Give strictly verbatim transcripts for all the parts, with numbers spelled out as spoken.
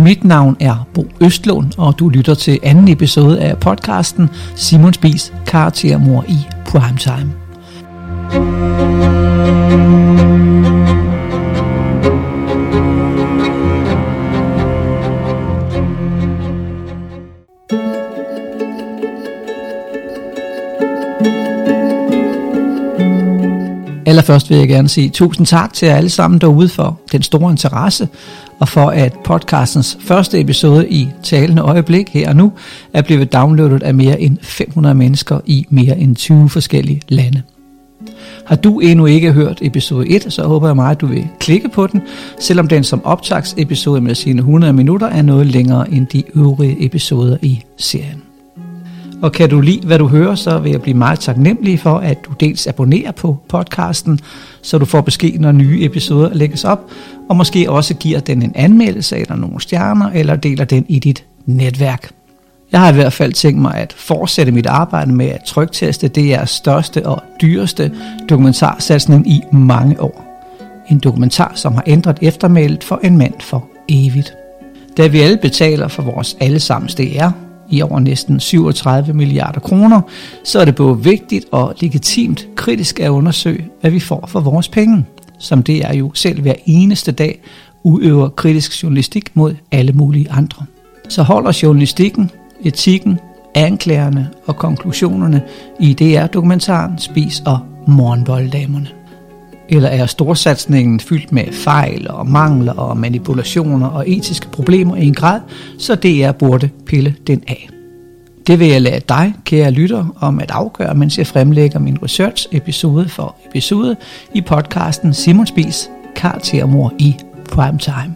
Mit navn er Bo Østlund, og du lytter til anden episode af podcasten Simon Spies karaktermor i Primetime. Allerførst vil jeg gerne sige tusind tak til jer alle sammen derude for den store interesse, og for at podcastens første episode i Talende Øjeblik her og nu er blevet downloadet af mere end fem hundrede mennesker i mere end tyve forskellige lande. Har du endnu ikke hørt episode et, så håber jeg meget, at du vil klikke på den, selvom den som optagsepisode med sine hundrede minutter er noget længere end de øvrige episoder i serien. Og kan du lide, hvad du hører, så vil jeg blive meget taknemmelig for, at du dels abonnerer på podcasten, så du får besked, når nye episoder lægges op, og måske også giver den en anmeldelse eller nogle stjerner, eller deler den i dit netværk. Jeg har i hvert fald tænkt mig at fortsætte mit arbejde med at trykteste D R's største og dyreste dokumentarsatsning i mange år. En dokumentar, som har ændret eftermælet for en mand for evigt. Da vi alle betaler for vores allesammens D R, i over næsten syvogtredive milliarder kroner, så er det både vigtigt og legitimt kritisk at undersøge, hvad vi får for vores penge, som det er jo selv hver eneste dag udøver kritisk journalistik mod alle mulige andre. Så holder journalistikken, etikken, anklagerne og konklusionerne i D R-dokumentaren Spies og Morgenbolddamerne? Eller er storsatsningen fyldt med fejl og mangler og manipulationer og etiske problemer i en grad, så D R burde pille den af? Det vil jeg lade dig, kære lytter, om at afgøre, mens jeg fremlægger min research episode for episode i podcasten Simon Spies karaktermor i Primetime.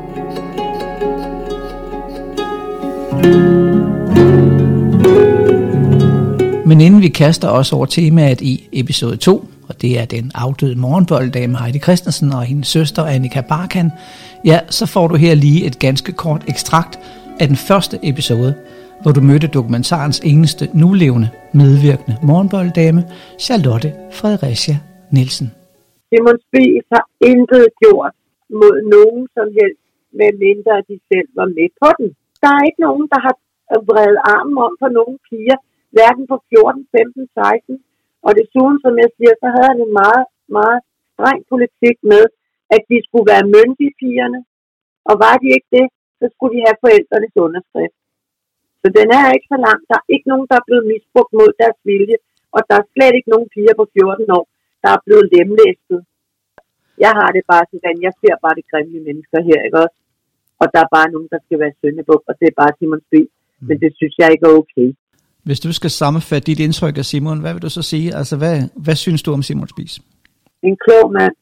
Men inden vi kaster os over temaet i episode to, og det er den afdøde morgenbolddame Heidi Christensen og hendes søster Annika Barkan, ja, så får du her lige et ganske kort ekstrakt af den første episode, hvor du mødte dokumentarens eneste nulevende medvirkende morgenbolddame, Charlotte Fredericia Nielsen. Simon Spies har intet gjort mod nogen som helst, medmindre de selv var med på den. Der er ikke nogen, der har vredet armen om for nogle piger, hverken på fjorten, femten, seksten. Og desuden, som jeg siger, så havde han en meget, meget streng politik med, at de skulle være myndige pigerne. Og var de ikke det, så skulle de have forældrenes underskrift. Så den er ikke så lang. Der er ikke nogen, der er blevet misbrugt mod deres vilje. Og der er slet ikke nogen piger på fjorten år, der er blevet lemlæstet. Jeg har det bare sådan, jeg ser bare de grimme mennesker her, ikke også? Og der er bare nogen, der skal være syndebuk, og det er bare Simon Spies. Mm. Men det synes jeg ikke er okay. Hvis du skal sammenfatte dit indtryk af Simon, hvad vil du så sige? Altså, hvad, hvad synes du om Simon Spies? En klog mand.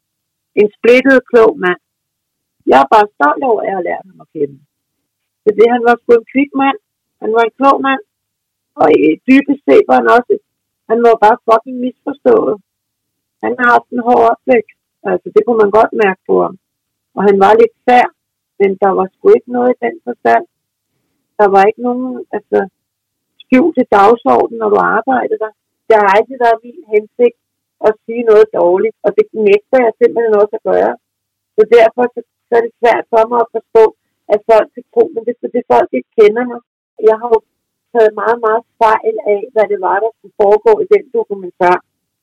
En splittet klog mand. Jeg er bare stolt over, at jeg har lært ham at kende. Så det, han var sgu en kvik mand. Han var en klog mand. Og i dybest set var han også, han var bare fucking misforstået. Han har haft en hård opvækst. Altså, det kunne man godt mærke på ham. Og han var lidt sær, men der var sgu ikke noget i den forstand. Der var ikke nogen, altså, skjulte dagsorden, når du arbejdede der. Det har altid været min hensigt at sige noget dårligt, og det nægter jeg simpelthen også at gøre. Så derfor så, så er det svært for mig at forstå, at folk kan tro, men det er fordi folk ikke kender mig. Jeg har jo taget meget, meget fejl af, hvad det var, der skulle foregå i den dokumentar.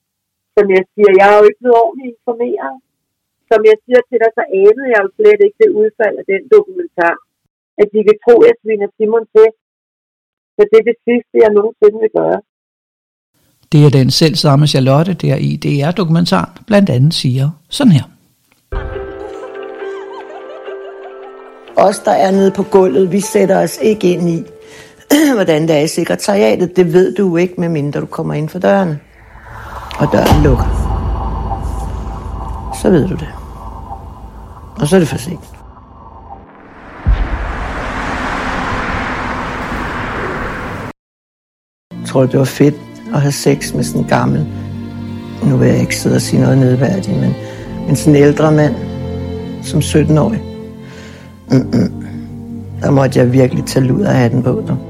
Som jeg siger, jeg er jo ikke blevet ordentligt informeret. Som jeg siger til dig, så anede jeg jo slet ikke det udfald af den dokumentar. At de kan tro, at jeg sviner Simon til. Så det er det sidste, jeg nogensinde vil gøre. Det er den selv samme Charlotte, der i D R-dokumentaren blandt andet siger sådan her. Os, der er nede på gulvet, vi sætter os ikke ind i, hvordan det er i sekretariatet. Det ved du ikke, medmindre du kommer ind for dørene. Og døren lukker. Så ved du det. Og så er det for sent. Jeg tror, det var fedt at have sex med sådan en gammel, nu vil jeg ikke sidde og sige noget nedværdigt, men, men sådan en ældre mand, som sytten-årig. Mm-mm. Der måtte jeg virkelig tage lud af hatten på dem.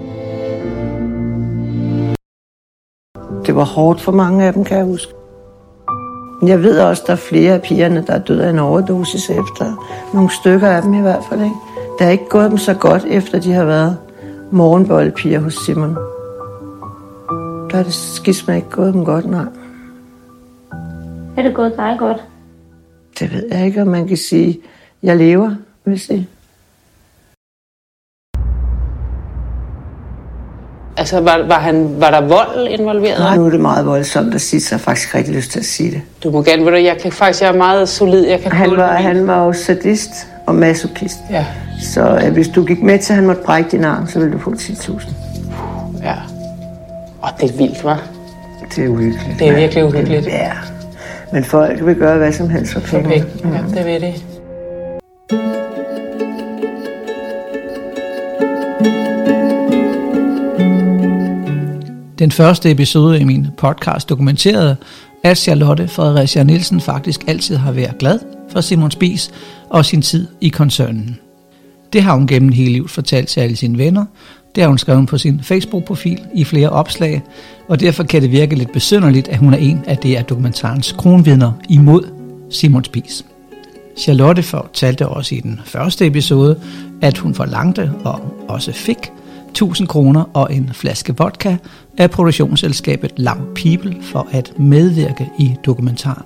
Det var hårdt for mange af dem, kan jeg huske. Jeg ved også, der er flere af pigerne, der er døde af en overdosis efter. Nogle stykker af dem i hvert fald, ikke? Det er ikke gået dem så godt, efter de har været morgenbollepiger hos Simon. Der er det skisma ikke gået dem godt, nej. Er det gået dig godt? Det ved jeg ikke, om man kan sige, jeg lever, vil jeg sige. Altså, var, var, han, var der vold involveret? Nej, nu er det meget voldsomt at sige, så jeg har faktisk rigtig lyst til at sige det. Du må gerne, ved du, jeg kan faktisk, jeg er meget solid, jeg kan han var, han var jo sadist og masochist. Ja. Så øh, hvis du gik med til, at han måtte brække din arm, så ville du få ti tusind. Ja. Og det er vildt, hva'? Det er uhyggeligt. Det er virkelig uhyggeligt. Ja. Men folk vil gøre hvad som helst for penge. Okay. Ja, det ved det. Den første episode i min podcast dokumenterede, at Charlotte Fredericia Nielsen faktisk altid har været glad for Simon Spies og sin tid i koncernen. Det har hun gennem hele livet fortalt til alle sine venner. Det har hun skrevet på sin Facebook-profil i flere opslag, og derfor kan det virke lidt besynderligt, at hun er en af det af dokumentarens kronvidner imod Simon Spies. Charlotte fortalte også i den første episode, at hun forlangte og også fik tusind kroner og en flaske vodka af produktionsselskabet Loud People for at medvirke i dokumentaren.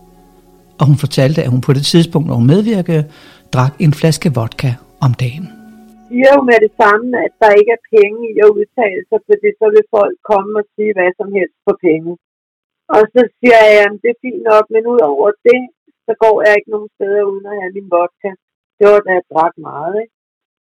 Og hun fortalte, at hun på det tidspunkt, hvor hun medvirkede, drak en flaske vodka om dagen. Jeg siger jo med det samme, at der ikke er penge i at udtale sig, fordi så vil folk komme og sige hvad som helst for penge. Og så siger jeg, at det er fint nok, men ud over det, så går jeg ikke nogen steder uden at have min vodka. Det var da jeg drak meget, ikke?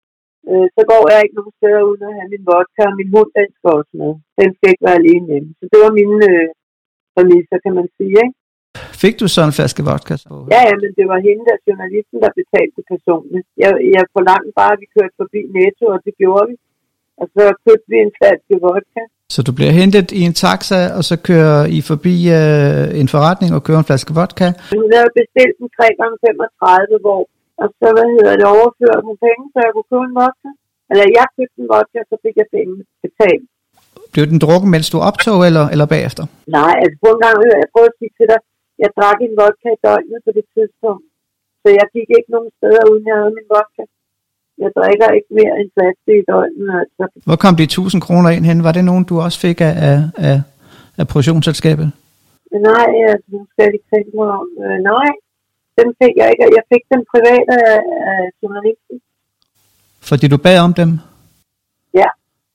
Så går jeg ikke nogen steder uden at have min vodka, og min hund, den skal også med. Den skal ikke være alene hjemme. Så det var mine øh, præmisser, kan man sige, ikke? Fik du så en flaske vodka? Ja, ja, men det var hende, der journalisten, der betalte personligt. Jeg, jeg forlangte bare, at vi kørte forbi Netto, og det gjorde vi. Og så købte vi en flaske vodka. Så du bliver hentet i en taxa, og så kører I forbi øh, en forretning og kører en flaske vodka? Hun havde bestilt en tre gange femogtredive, hvor og så, hvad hedder det, overførte nogle penge, så jeg kunne købe en vodka. Eller jeg købte en vodka, så fik jeg penge betalt. Blev den drukket, mens du optog, eller, eller bagefter? Nej, altså på en gang, jeg prøvede at sige til dig, jeg drak en vodka i døgnet på det tidspunkt. Så jeg gik ikke nogen steder, uden jeg havde min vodka. Jeg drikker ikke mere end flaske i døgnet. Altså. Hvor kom de tusind kroner ind hen? Var det nogen, du også fik af, af, af, af produktionsselskabet? Nej, altså, nu skal jeg ikke tænke mig om. Øh, nej. Dem fik jeg ikke. Jeg fik dem privat af, af journalisten. Fordi du bad om dem? Ja.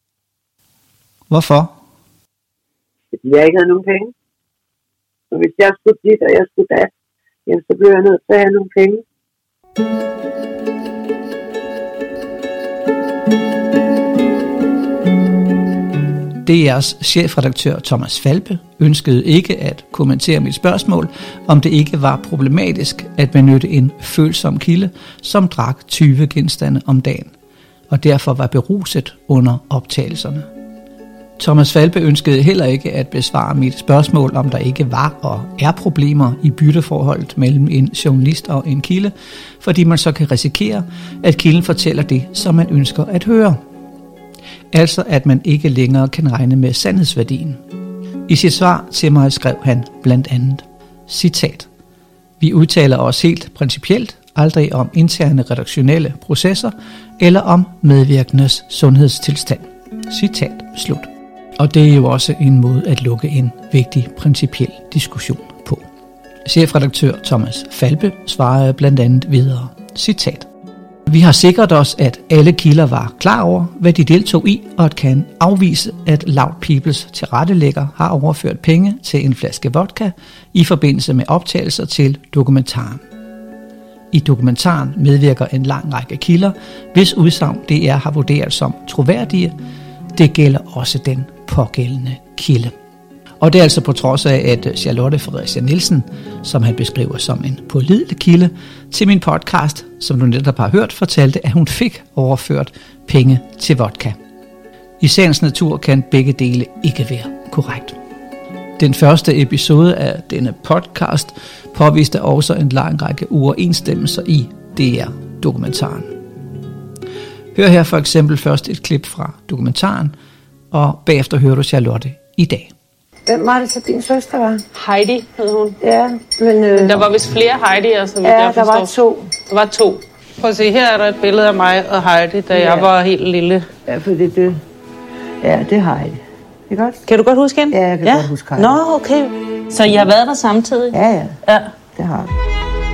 Hvorfor? Fordi jeg ikke havde nogen penge. Og hvis jeg skulle dit, og jeg skulle dat, jamen, så blev jeg nødt til at have nogle penge. D R's chefredaktør Thomas Falbe ønskede ikke at kommentere mit spørgsmål, om det ikke var problematisk at benytte en følsom kilde, som drak tyve genstande om dagen, og derfor var beruset under optagelserne. Thomas Falbe ønskede heller ikke at besvare mit spørgsmål, om der ikke var og er problemer i bytteforholdet mellem en journalist og en kilde, fordi man så kan risikere, at kilden fortæller det, som man ønsker at høre. Altså at man ikke længere kan regne med sandhedsværdien. I sit svar til mig skrev han blandt andet, citat, vi udtaler os helt principielt aldrig om interne redaktionelle processer eller om medvirkendes sundhedstilstand. Citat slut. Og det er jo også en måde at lukke en vigtig principiel diskussion på. Chefredaktør Thomas Falbe svarede blandt andet videre, citat, vi har sikret os, at alle kilder var klar over, hvad de deltog i, og kan afvise, at Loud Peoples tilrettelægger har overført penge til en flaske vodka i forbindelse med optagelser til dokumentaren. I dokumentaren medvirker en lang række kilder, hvis udsagn D R har vurderet som troværdige. Det gælder også den pågældende kilde. Og det er altså på trods af, at Charlotte Fredericia Nielsen, som han beskriver som en pålidelig kilde, til min podcast, som du netop har hørt, fortalte, at hun fik overført penge til vodka. I sagens natur kan begge dele ikke være korrekt. Den første episode af denne podcast påviste også en lang række uoverensstemmelser i D R-dokumentaren. Hør her for eksempel først et klip fra dokumentaren, og bagefter hører du Charlotte i dag. Hvem var det så din søster var? Heidi hed hun. Ja, men... Øh, men der var vist flere Heidi'er, så vidt ja, jeg forstår. der var to. Der var to. Prøv at se, her er der et billede af mig og Heidi, da ja. jeg var helt lille. Ja, for det, det, ja, det har Heidi. Ikke også? Kan du godt huske hende? Ja, jeg kan ja. godt huske Heidi. Nå, okay. Så I har været der samtidig? Ja, ja. Ja. Det har vi.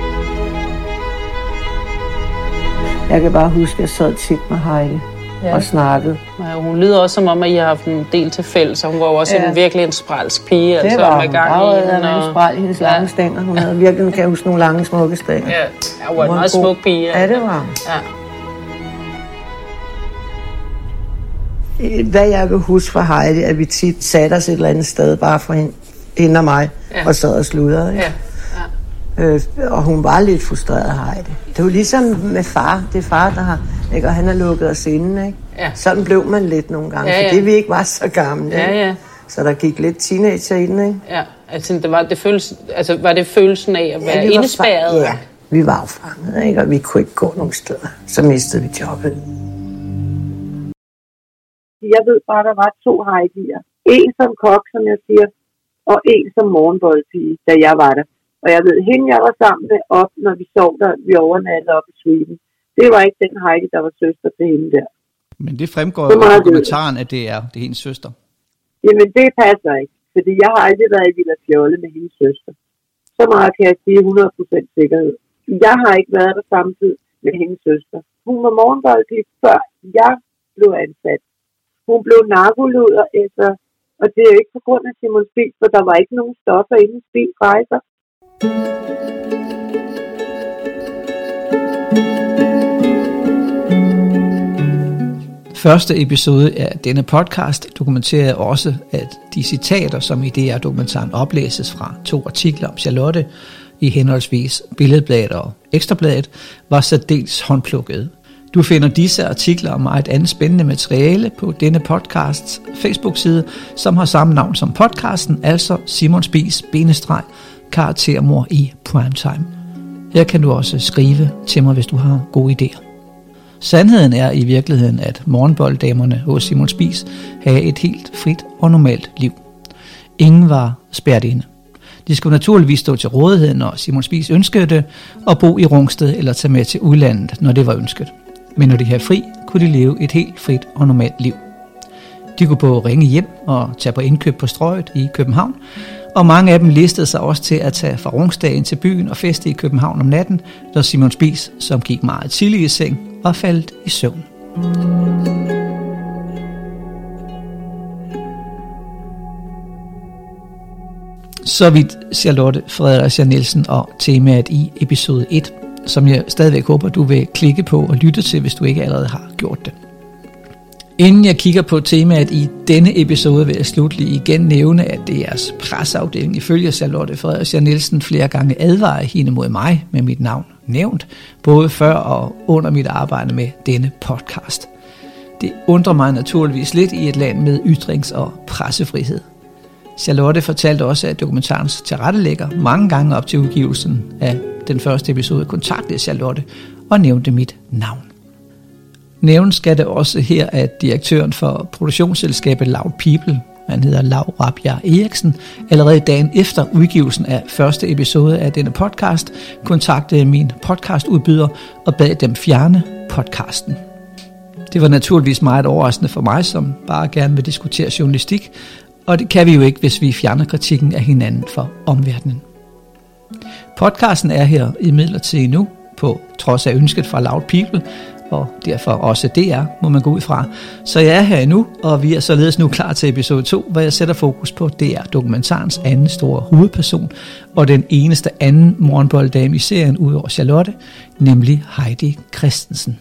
Jeg kan bare huske, at jeg sad tit med Heidi ja. og snakkede. Ja, hun lyder også som om, at I har haft en del til fælles. Hun var jo også ja. en virkelig en sprælsk pige. Det altså, var med hun. Gang Der var i hende, en og... spræl i hendes ja. lange stænger. Hun havde virkelig, kan jeg huske, nogle lange, smukke stænger. Ja, hun var en meget smuk pige. Ja, det var hun. Ja. Hvad jeg kan huske fra Heidi, at vi tit satte os et eller andet sted, bare for hende, hende og mig, ja. og sad og sludrede. Ja. Ja. Øh, og hun var lidt frustreret, Heidi. Det var ligesom med far. Det er far, der har, ikke? Og han har lukket os inde, ikke? Ja. Sådan blev man lidt nogle gange, ja, ja. fordi vi ikke var så gamle. Ja, ja. Så der gik lidt teenager i den, ikke? Ja, altså, det var, det føles, altså, var det følelsen af at være ja, indespærret? Ja, vi var jo fanget, ikke? Og vi kunne ikke gå nogen steder. Så mistede vi jobbet. Jeg ved bare, der var to Heidi'er. En som kok, som jeg siger, og en som morgenboldpige, da jeg var der. Og jeg ved, hende jeg var sammen med op, når vi sov der, vi overnattede op i Sweden. Det var ikke den Heidi, der var søster til hende der. Men det fremgår jo af dokumentaren, at det er, det er hendes søster. Jamen, det passer ikke. Fordi jeg har aldrig været i Villa Fjolle med hendes søster. Så meget kan jeg sige hundrede procent sikkerhed. Jeg har ikke været der samtidig med hendes søster. Hun var morgenboldpige, før jeg blev ansat. Hun blev narkoluder efter, og det er jo ikke på grund af Simon Spies, for der var ikke nogen stoffer inde i Spies rejser. Første episode af denne podcast dokumenterer også, at de citater, som i D R-dokumentaren oplæses fra to artikler om Charlotte i henholdsvis Billedbladet og Ekstrabladet, var særdeles håndplukkede. Du finder disse artikler og meget andet spændende materiale på denne podcasts Facebook-side, som har samme navn som podcasten, altså Simon Spies bindestreg karaktermor i primetime. Her kan du også skrive til mig, hvis du har gode idéer. Sandheden er i virkeligheden, at morgenbolddamerne hos Simon Spies havde et helt frit og normalt liv. Ingen var spærret inde. De skulle naturligvis stå til rådighed, når Simon Spies ønskede det, og bo i Rungsted eller tage med til udlandet, når det var ønsket. Men når de havde fri, kunne de leve et helt frit og normalt liv. De kunne både ringe hjem og tage på indkøb på Strøget i København, og mange af dem listede sig også til at tage fra Rungsted ind til byen og feste i København om natten, da Simon Spies, som gik meget tidligt i seng, var faldet i søvn. Så vidt Charlotte Fredericia Nielsen og temaet i episode et, som jeg stadigvæk håber, du vil klikke på og lytte til, hvis du ikke allerede har gjort det. Inden jeg kigger på temaet i denne episode, vil jeg slutlig igen nævne, at deres presseafdeling ifølge Charlotte Fredericia Nielsen flere gange advarer hende mod mig med mit navn nævnt, både før og under mit arbejde med denne podcast. Det undrer mig naturligvis lidt i et land med ytrings- og pressefrihed. Charlotte fortalte også, at dokumentarens tilrettelægger mange gange op til udgivelsen af den første episode kontaktede Charlotte og nævnte mit navn. Nævnt skal det også her, at direktøren for produktionsselskabet Loud People, han hedder Lau Rabjerg Eriksen, allerede dagen efter udgivelsen af første episode af denne podcast, kontaktede min podcastudbyder og bad dem fjerne podcasten. Det var naturligvis meget overraskende for mig, som bare gerne vil diskutere journalistik, og det kan vi jo ikke, hvis vi fjerner kritikken af hinanden for omverdenen. Podcasten er her imidlertid nu, på trods af ønsket fra Loud People, og derfor også D R, må man gå ud fra. Så jeg er her endnu, og vi er således nu klar til episode to, hvor jeg sætter fokus på D R-dokumentarens anden store hovedperson, og den eneste anden morgenbolddame i serien udover Charlotte, nemlig Heidi Christensen.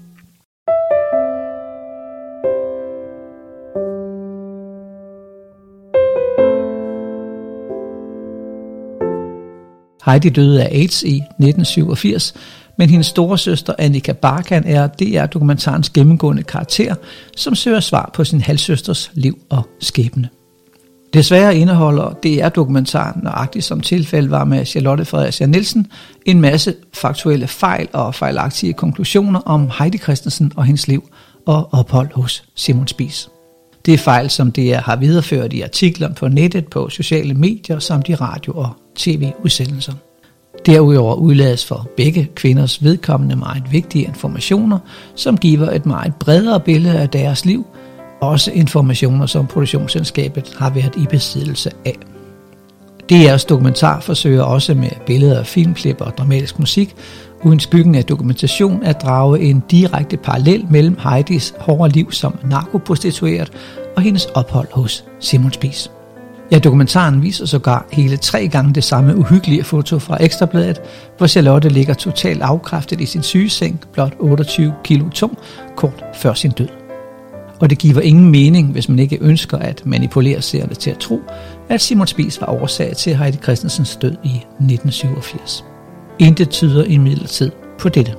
Heidi døde af AIDS i nitten syvogfirs, men hendes storesøster Annika Barkan er D R-dokumentarens gennemgående karakter, som søger svar på sin halvsøsters liv og skæbne. Desværre indeholder D R-dokumentaren, nøjagtigt som tilfælde var med Charlotte Fredericia Nielsen, en masse faktuelle fejl og fejlagtige konklusioner om Heidi Christensen og hendes liv og ophold hos Simon Spies. Det er fejl, som D R har videreført i artikler på nettet, på sociale medier samt i radio- og tv-udsendelser. Derudover udlades for begge kvinders vedkommende meget vigtige informationer, som giver et meget bredere billede af deres liv, også informationer, som produktionsselskabet har været i besiddelse af. D R's dokumentar forsøger også med billeder, filmklip og dramatisk musik, uden skyggen af dokumentation, at drage en direkte parallel mellem Heidis hårde liv som narkoprostitueret og hendes ophold hos Simon Spies. Ja, dokumentaren viser sågar hele tre gange det samme uhyggelige foto fra Ekstrabladet, hvor Charlotte ligger totalt afkræftet i sin sygeseng, blot otteogtyve kilo tung, kort før sin død. Og det giver ingen mening, hvis man ikke ønsker at manipulere seerne til at tro, at Simon Spies var årsag til Heidi Christensens død i nitten syvogfirs. Intet tyder imidlertid på dette.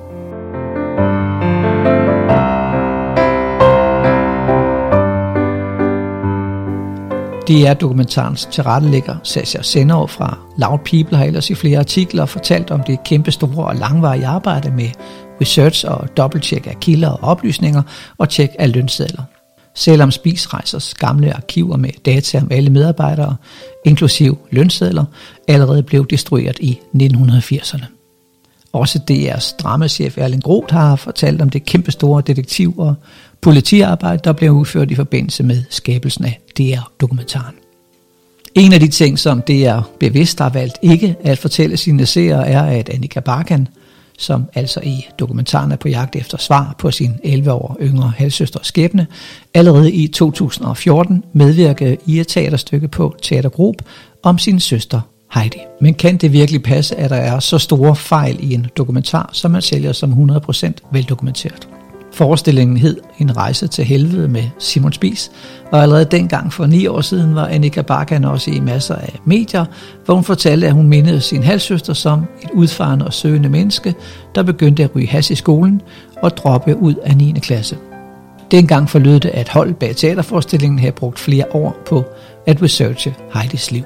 D R-dokumentarens tilrettelægger Sascha Senov fra Loud People har ellers i flere artikler fortalt om det kæmpe store og langvarige arbejde med research og dobbelttjek af kilder og oplysninger og tjek af lønsedler. Selvom Spies Reisers gamle arkiver med data om alle medarbejdere, inklusiv lønsedler, allerede blev destrueret i nitten firserne. Også D R's dramachef Erling Groth har fortalt om det kæmpestore detektiv- og politiarbejde, der blev udført i forbindelse med skabelsen af D R-dokumentaren. En af de ting, som D R bevidst har valgt ikke at fortælle sine seere, er, at Annika Barkan, som altså i dokumentaren er på jagt efter svar på sin elleve år yngre halvsøsters skæbne, allerede i to tusind og fjorten medvirkede i et teaterstykke på Teater Group om sin søster Heidi. Men kan det virkelig passe, at der er så store fejl i en dokumentar, som man sælger som hundrede procent veldokumenteret? Forestillingen hed En rejse til helvede med Simon Spies, og allerede dengang for ni år siden var Annika Barkan også i masser af medier, hvor hun fortalte, at hun mindede sin halvsøster som et udfarende og søgende menneske, der begyndte at ryge hash i skolen og droppe ud af niende klasse. Dengang forlød det, at hold bag teaterforestillingen havde brugt flere år på at researche Heidis liv.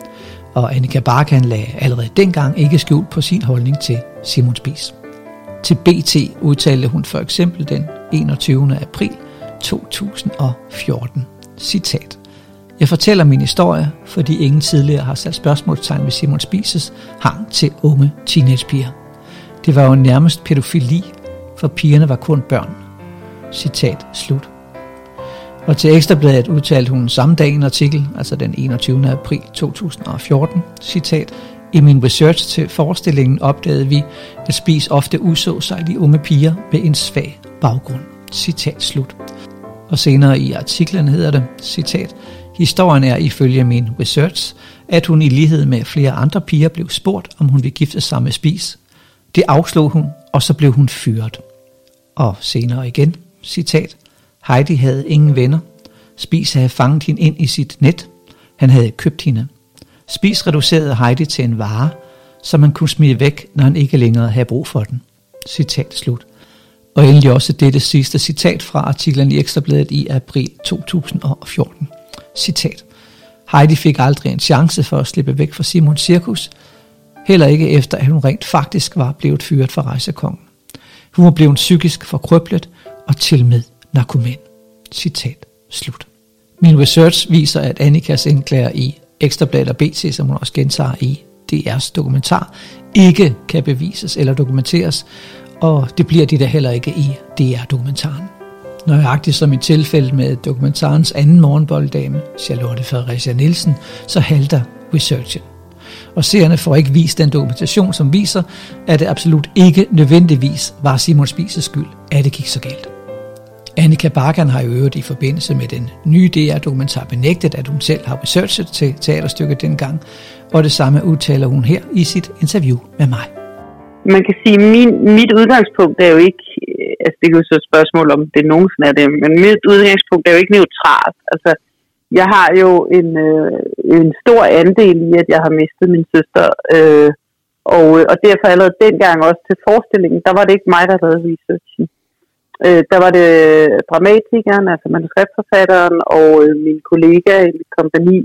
Og Annika Barkan lagde allerede dengang ikke skjult på sin holdning til Simon Spies. Til B T udtalte hun for eksempel den enogtyvende april to tusind og fjorten. Citat. Jeg fortæller min historie, fordi ingen tidligere har sat spørgsmålstegn ved Simon Spies' hang til unge teenagepiger. Det var jo nærmest pædofili, for pigerne var kun børn. Citat slut. Og til Ekstrabladet udtalte hun samme dag en artikel, altså den enogtyvende april to tusind og fjorten, citat. I min research til forestillingen opdagede vi, at Spies ofte udså sig de unge piger med en svag baggrund. Citat slut. Og senere i artiklen hedder det, citat, historien er ifølge min research, at hun i lighed med flere andre piger blev spurgt, om hun ville gifte sig med Spies. Det afslog hun, og så blev hun fyret. Og senere igen, citat, Heidi havde ingen venner. Spies havde fanget hende ind i sit net. Han havde købt hende. Spies reducerede Heidi til en vare, som man kunne smide væk, når han ikke længere havde brug for den. Citat slut. Og endelig også dette sidste citat fra artiklen i Ekstrabladet i april to tusind og fjorten. Citat. Heidi fik aldrig en chance for at slippe væk fra Simons cirkus, heller ikke efter at hun rent faktisk var blevet fyret fra Rejsekongen. Hun var blevet psykisk forkrøblet og til med narkoman. Citat slut. Min research viser, at Annikas indklager i Ekstrabladet og B T, som hun også gentager i D R's dokumentar, ikke kan bevises eller dokumenteres, og det bliver de da heller ikke i D R-dokumentaren. Nøjagtigt som i tilfældet med dokumentarens anden morgenbolddame, Charlotte Fredericia Nielsen, så halter researchen. Og seerne får ikke vist den dokumentation, som viser, at det absolut ikke nødvendigvis var Simon Spies' skyld, at det gik så galt. Annika Barkan har i øvrigt i forbindelse med den nye D R-dokumentar benægtet, at hun selv har researchet til teaterstykket dengang, og det samme udtaler hun her i sit interview med mig. Man kan sige, at min, mit udgangspunkt er jo ikke, altså det er jo så et spørgsmål om det nogensinde er det, men mit udgangspunkt er jo ikke neutralt. Altså, jeg har jo en, øh, en stor andel i, at jeg har mistet min søster, øh, og, og derfor allerede dengang også til forestillingen, der var det ikke mig, der lavede researchen. Øh, der var det dramatikeren, altså manuskriptforfatteren og øh, min kollega i mit kompagni.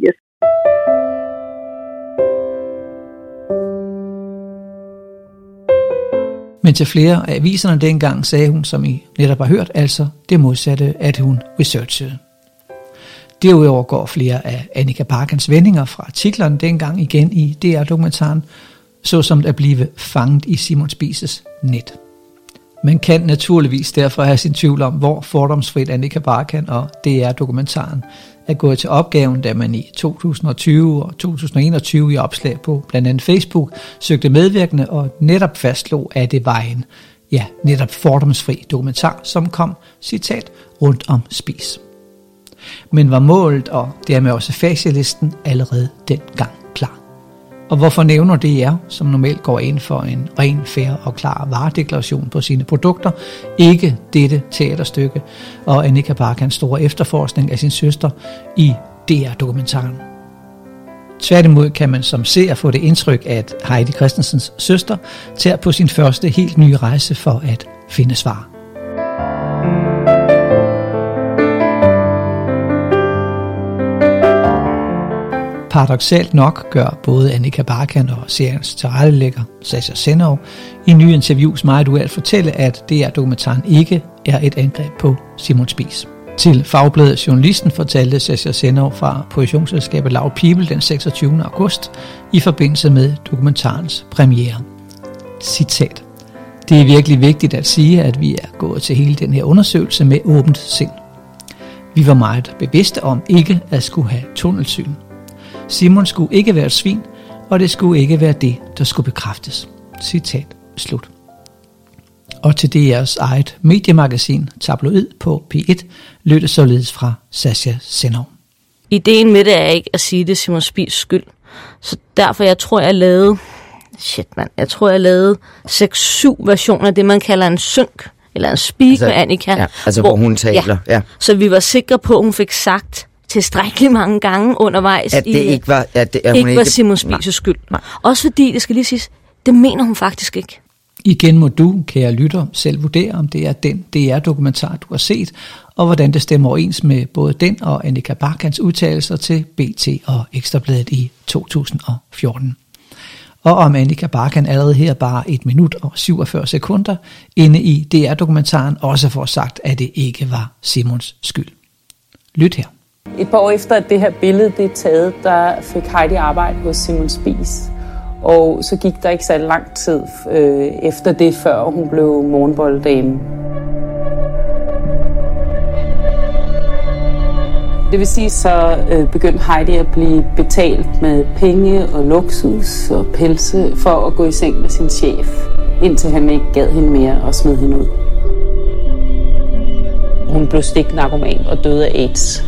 Men til flere af aviserne dengang sagde hun, som I netop har hørt, altså det modsatte, at hun researchede. Derudover går flere af Annika Barkans vendinger fra artiklerne dengang igen i D R-dokumentaren, såsom at blive fanget i Simon Spies' net. Man kan naturligvis derfor have sin tvivl om, hvor fordomsfrit Annika Barkan og D R-dokumentaren er gået til opgaven, da man i to tusind og tyve og to tusind og enogtyve i opslag på blandt andet Facebook søgte medvirkende og netop fastslog, at det var en, ja, netop fordomsfri dokumentar, som kom, citat, rundt om Spies. Men var målet og dermed også facilisten allerede dengang klar. Og hvorfor nævner D R, som normalt går ind for en ren, fair og klar varedeklaration på sine produkter, ikke dette teaterstykke og Annika Barkans store efterforskning af sin søster i D R-dokumentaren? Tværtimod kan man som seer få det indtryk, at Heidi Christensens søster tager på sin første helt nye rejse for at finde svar. Paradoksalt nok gør både Annika Barkan og seriens tilrettelægger Sascha Senov i nye interviews meget ud at fortælle, at D R-dokumentaren ikke er et angreb på Simon Spies. Til Fagbladet Journalisten fortalte Sascha Senov fra produktionsselskabet Loud People den seksogtyvende august i forbindelse med dokumentarens premiere. Citat: "Det er virkelig vigtigt at sige, at vi er gået til hele den her undersøgelse med åbent sind. Vi var meget bevidste om ikke at skulle have tunnelsyn. Simon skulle ikke være et svin, og det skulle ikke være det, der skulle bekræftes." Citat slut. Og til D R's eget mediemagasin Tabloid på P et lød det således fra Sascha Senov. Ideen med det er ikke at sige det Simon Spies skyld. Så derfor, jeg tror, jeg lavede... Shit, mand. Jeg tror, jeg lavede seks syv versioner af det, man kalder en synk. Eller en speak altså, med Annika. Ja, altså hvor, hvor hun taler. Ja. Ja. Så vi var sikre på, at hun fik sagt tilstrækkeligt mange gange undervejs. At det i, ikke var, at det, at ikke hun var ikke... Simon Spies' skyld. Nej. Også fordi, det skal lige siges, det mener hun faktisk ikke. Igen må du, kære lytter, selv vurdere, om det er den D R-dokumentar, du har set, og hvordan det stemmer overens med både den og Annika Barkans udtalelser til B T og Ekstrabladet i to tusind og fjorten. Og om Annika Barkan allerede her bare et minut og syvogfyrre sekunder inde i D R-dokumentaren også får sagt, at det ikke var Simons skyld. Lyt her. Et par år efter, at det her billede det er taget, der fik Heidi arbejde hos Simon Spies. Og så gik der ikke så lang tid øh, efter det, før hun blev morgenbolddame. Det vil sige, så øh, begyndte Heidi at blive betalt med penge og luksus og pelse for at gå i seng med sin chef, indtil han ikke gad hende mere og smed hende ud. Hun blev stiknarkoman og døde af AIDS.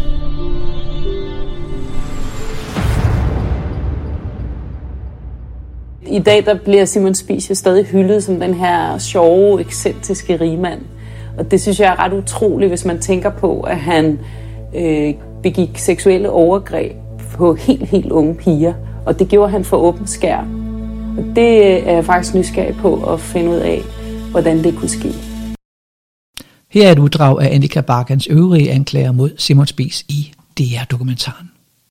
I dag der bliver Simon Spies jo stadig hyldet som den her sjove, ekscentriske rigmand. Og det synes jeg er ret utroligt, hvis man tænker på, at han øh, begik seksuelle overgreb på helt, helt unge piger. Og det gjorde han for åben skærm. Og det er jeg faktisk nysgerrig på at finde ud af, hvordan det kunne ske. Her er et uddrag af Annika Barkans øvrige anklager mod Simon Spies i D R-dokumentaren.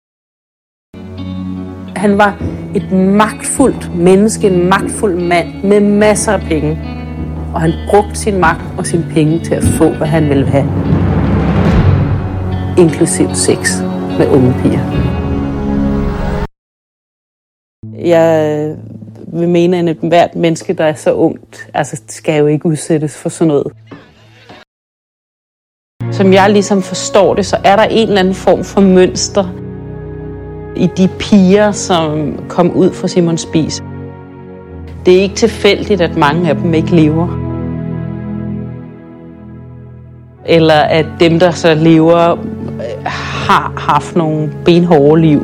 Han var et magtfuldt menneske, en magtfuld mand med masser af penge. Og han brugte sin magt og sine penge til at få, hvad han ville have. Inklusiv sex med unge piger. Jeg vil mene, at hvert menneske, der er så ungt, altså skal jo ikke udsættes for sådan noget. Som jeg ligesom forstår det, så er der en eller anden form for mønster i de piger, som kom ud fra Simon Spies. Det er ikke tilfældigt, at mange af dem ikke lever. Eller at dem, der så lever, har haft nogle benhårde liv.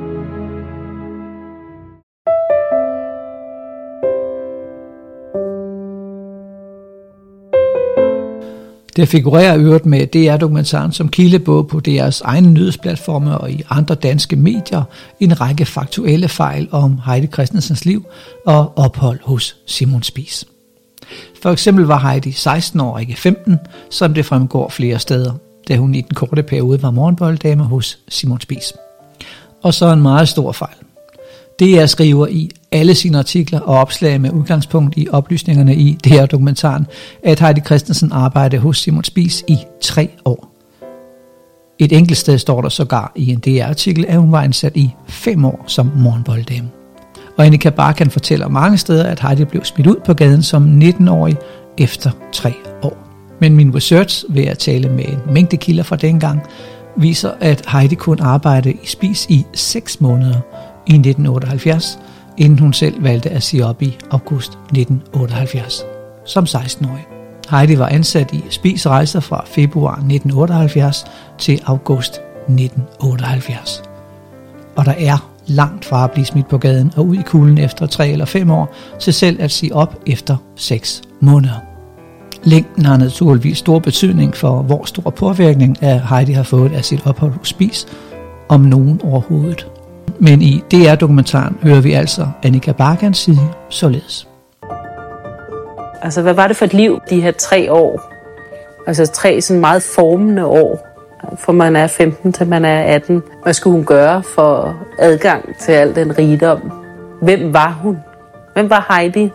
Det figurerer øvrigt med D R-dokumentaren som kilde både på D R's egne nyhedsplatforme og i andre danske medier en række faktuelle fejl om Heidi Christensens liv og ophold hos Simon Spies. For eksempel var Heidi seksten år, ikke femten, som det fremgår flere steder, da hun i den korte periode var morgenbolddame hos Simon Spies. Og så en meget stor fejl. D R skriver i alle sine artikler og opslag med udgangspunkt i oplysningerne i D R-dokumentaren, at Heidi Christensen arbejdede hos Simon Spies i tre år. Et enkelt sted står der sågar i en D R-artikel, at hun var ansat i fem år som morgenbolddame. Og Annika Barkan fortæller mange steder, at Heidi blev smidt ud på gaden som nitten-årig efter tre år. Men min research ved at tale med en mængde kilder fra dengang, viser, at Heidi kun arbejdede i Spis i seks måneder i nitten otteoghalvfjerds, inden hun selv valgte at sige op i august nitten otteoghalvfjerds som seksten-årig. Heidi var ansat i Spis Rejser fra februar nitten otteoghalvfjerds til august nitten otteoghalvfjerds. Og der er langt fra at blive smidt på gaden og ud i kulden efter tre eller fem år, til selv at sige op efter seks måneder. Længden har naturligvis stor betydning for, hvor stor påvirkning af Heidi har fået af sit ophold hos Spis, om nogen overhovedet. Men i D R-dokumentaren hører vi altså Annika Barkan sige således. Altså, hvad var det for et liv, de her tre år? Altså tre sådan meget formende år, fra man er femten til man er atten. Hvad skulle hun gøre for adgang til al den rigdom? Hvem var hun? Hvem var Heidi?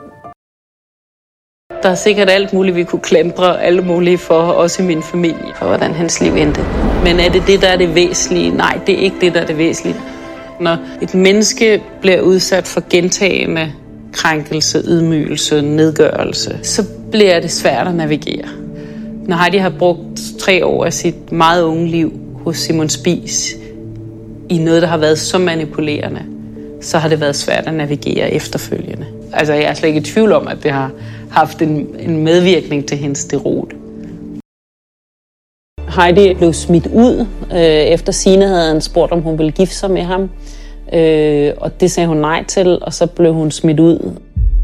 Der er sikkert alt muligt, vi kunne klandre alle mulige for, også i min familie, for hvordan hans liv endte. Men er det det, der er det væsentlige? Nej, det er ikke det, der er det væsentlige. Når et menneske bliver udsat for gentagende krænkelse, ydmygelse, nedgørelse, så bliver det svært at navigere. Når Heidi har brugt tre år af sit meget unge liv hos Simon Spies i noget, der har været så manipulerende, så har det været svært at navigere efterfølgende. Altså, jeg er slet ikke i tvivl om, at det har haft en, en medvirkning til hendes derot. Heidi blev smidt ud, øh, efter Signe havde han spurgt, om hun ville gifte sig med ham. Øh, og det sagde hun nej til, og så blev hun smidt ud.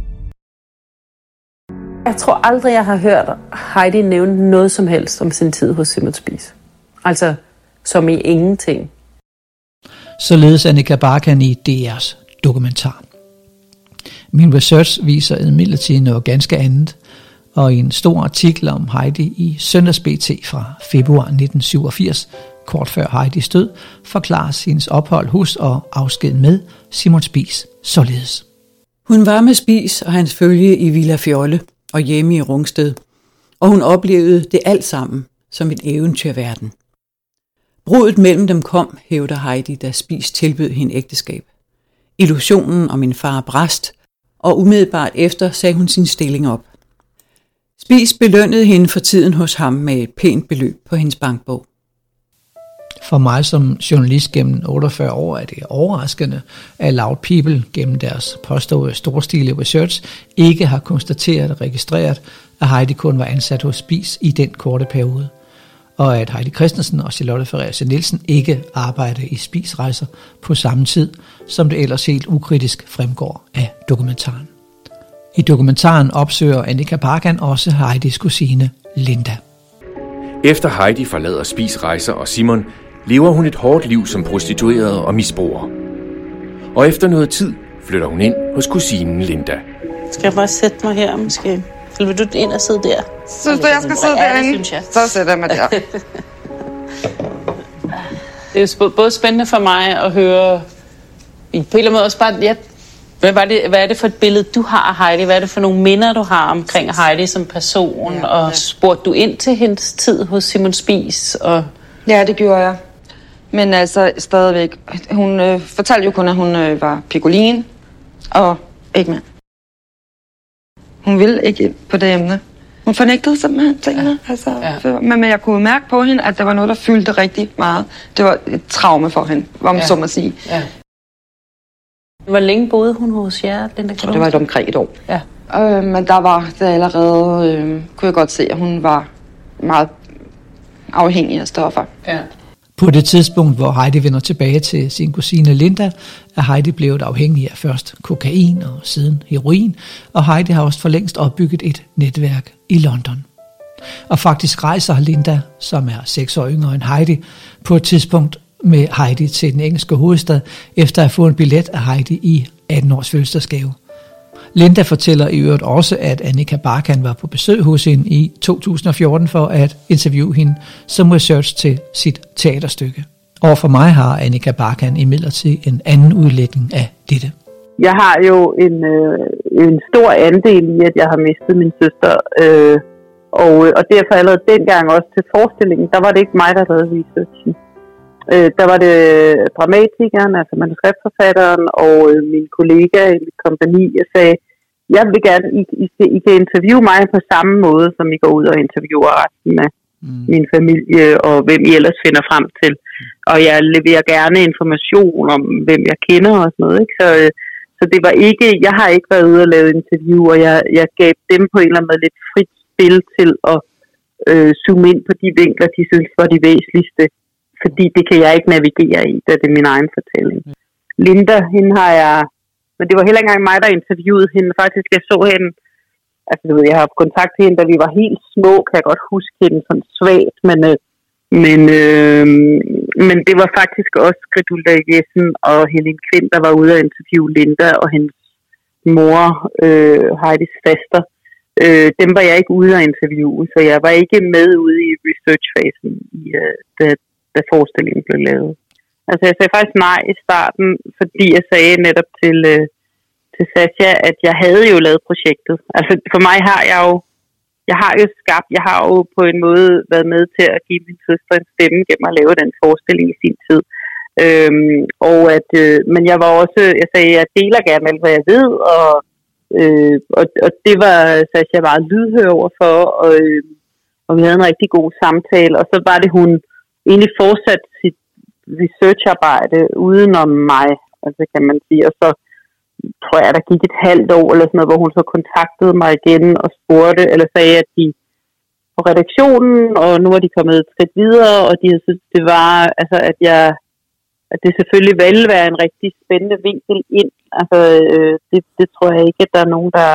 Jeg tror aldrig, jeg har hørt Heidi nævne noget som helst om sin tid hos Simon Spies. Altså, som i ingenting. Således Annika Barkan i D R's dokumentar. Min research viser imidlertid noget ganske andet, og i en stor artikel om Heidi i Søndags B T fra februar nitten syvogfirs, kort før Heidis død, forklares hendes ophold hos og afsked med Simon Spies således. Hun var med Spies og hans følge i Villa Fjolle og hjemme i Rungsted, og hun oplevede det alt sammen som et eventyrverden. Bruddet mellem dem kom, hævder Heidi, da Spies tilbød hende ægteskab. Illusionen om en far brast, og umiddelbart efter sagde hun sin stilling op. Spies belønnede hende for tiden hos ham med et pænt beløb på hendes bankbog. For mig som journalist gennem otteogfyrre år er det overraskende, at Loud People gennem deres påståede storstilige research ikke har konstateret og registreret, at Heidi kun var ansat hos Spies i den korte periode, og at Heidi Christensen og Charlotte Ferreira Nielsen ikke arbejdede i Spies Rejser på samme tid, som det ellers helt ukritisk fremgår af dokumentaren. I dokumentaren opsøger Annika Barkan også Heidis kusine Linda. Efter Heidi forlader Spies Rejser og Simon, lever hun et hårdt liv som prostitueret og misbruger. Og efter noget tid flytter hun ind hos kusinen Linda. Skal jeg bare sætte mig her måske? Eller vil du ind og sidde der? Synes du, jeg skal sidde derinde? Så sætter jeg mig der. Det er jo både spændende for mig at høre, på en eller anden måde også bare, ja, hvad, var det, hvad er det for et billede, du har af Heidi? Hvad er det for nogle minder, du har omkring Heidi som person? Ja, og ja. Spurgte du ind til hendes tid hos Simon Spies? Og... Ja, det gjorde jeg. Men altså stadigvæk. Hun øh, fortalte jo kun, at hun øh, var piccolin og ikke mand. Hun ville ikke ind på det emne. Hun fornægtede simpelthen tingene. Ja. Altså, ja. Men jeg kunne mærke på hende, at der var noget, der fyldte rigtig meget. Det var et traume for hende, hvor man ja. så må sige. Ja. Hvor længe boede hun hos jer? Den der jeg tror, det var et omkring et år. Ja. Øh, men der var det allerede, øh, kunne jeg godt se, at hun var meget afhængig af stoffer. Ja. På det tidspunkt, hvor Heidi vender tilbage til sin kusine Linda, er Heidi blevet afhængig af først kokain og siden heroin, og Heidi har også for længst opbygget et netværk i London. Og faktisk rejser Linda, som er seks år yngre end Heidi, på et tidspunkt med Heidi til den engelske hovedstad, efter at have fået en billet af Heidi i atten års fødselsdagsgave. Linda fortæller i øvrigt også, at Annika Barkan var på besøg hos hende i to tusind og fjorten for at interviewe hende som research til sit teaterstykke. Overfor mig har Annika Barkan imidlertid en anden udlægning af dette. Jeg har jo en, øh, en stor andel i, at jeg har mistet min søster, øh, og, og derfor allerede dengang også til forestillingen, der var det ikke mig, der lavede researchen. Øh, der var det dramatikeren, altså manuskriptforfatteren og øh, min kollega i mit kompagni, jeg sagde, jeg vil gerne, I, I, I kan interviewe mig på samme måde, som I går ud og interviewer resten af mm. min familie, og hvem I ellers finder frem til. Og jeg leverer gerne information om, hvem jeg kender og sådan noget. Ikke? Så, så det var ikke, jeg har ikke været ude og lave interview, og jeg, jeg gav dem på en eller anden måde lidt frit spil til at øh, zoome ind på de vinkler, de synes var de væsentligste. Fordi det kan jeg ikke navigere i, da det er min egen fortælling. Mm. Linda, hende har jeg... Men det var heller ikke engang mig, der interviewede hende. Faktisk, jeg så hende... Altså, du ved, jeg har haft kontakt til hende, da vi var helt små, kan jeg godt huske hende sådan svagt. Men, øh, men, øh, men det var faktisk også Gredulda Jessen og Helene Kvind, der var ude at interviewe Linda og hendes mor, øh, Heidis faster. Øh, dem var jeg ikke ude at interviewe, så jeg var ikke med ude i researchfasen, i, øh, da, da forestillingen blev lavet. Altså jeg sagde faktisk nej i starten, fordi jeg sagde netop til, øh, til Sasha, at jeg havde jo lavet projektet. Altså for mig har jeg jo, jeg har jo skabt, jeg har jo på en måde været med til at give min søster en stemme gennem at lave den forestilling i sin tid. Øhm, og at, øh, men jeg var også, jeg sagde, jeg deler gerne alt, hvad jeg ved, og, øh, og, og det var Sasha meget lydhør overfor, og, øh, og vi havde en rigtig god samtale, og så var det, hun egentlig fortsat sit researcharbejde udenom mig, altså kan man sige, og så tror jeg, der gik et halvt år eller sådan noget, hvor hun så kontaktede mig igen og spurgte, eller sagde, at de på redaktionen, og nu er de kommet et skridt videre, og de havde synes, det var, altså at jeg, at det selvfølgelig ville være en rigtig spændende vinkel ind, altså øh, det, det tror jeg ikke, at der er nogen, der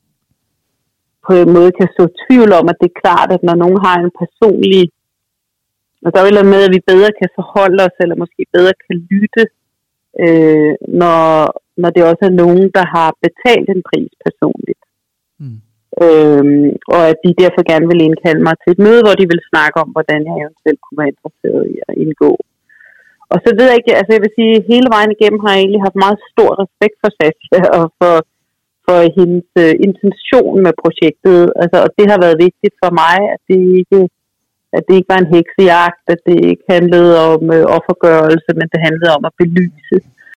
på en måde kan så tvivl om, at det er klart, at når nogen har en personlig, og der er jo noget med, at vi bedre kan forholde os, eller måske bedre kan lytte, øh, når, når det også er nogen, der har betalt en pris personligt. Mm. Øhm, og at de derfor gerne vil indkalde mig til et møde, hvor de vil snakke om, hvordan jeg eventuelt kunne være interesseret i at indgå. Og så ved jeg ikke, altså jeg vil sige, hele vejen igennem har jeg egentlig haft meget stor respekt for Sasha, og for, for hendes øh, intention med projektet. Altså, og det har været vigtigt for mig, at det ikke... at det ikke var en heksejagt, at det ikke handlede om øh, offergørelse, men det handlede om at belyse.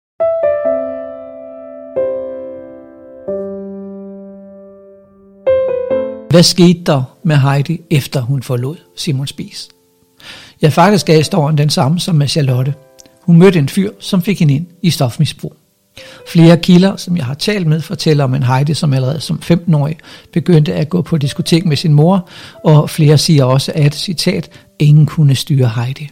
Hvad skete der med Heidi, efter hun forlod Simon Spies? Ja, faktisk er historien den samme som med Charlotte. Hun mødte en fyr, som fik hende ind i stofmisbrug. Flere kilder, som jeg har talt med, fortæller om en Heidi, som allerede som femten-årig begyndte at gå på diskotek med sin mor, og flere siger også, at, citat, ingen kunne styre Heidi.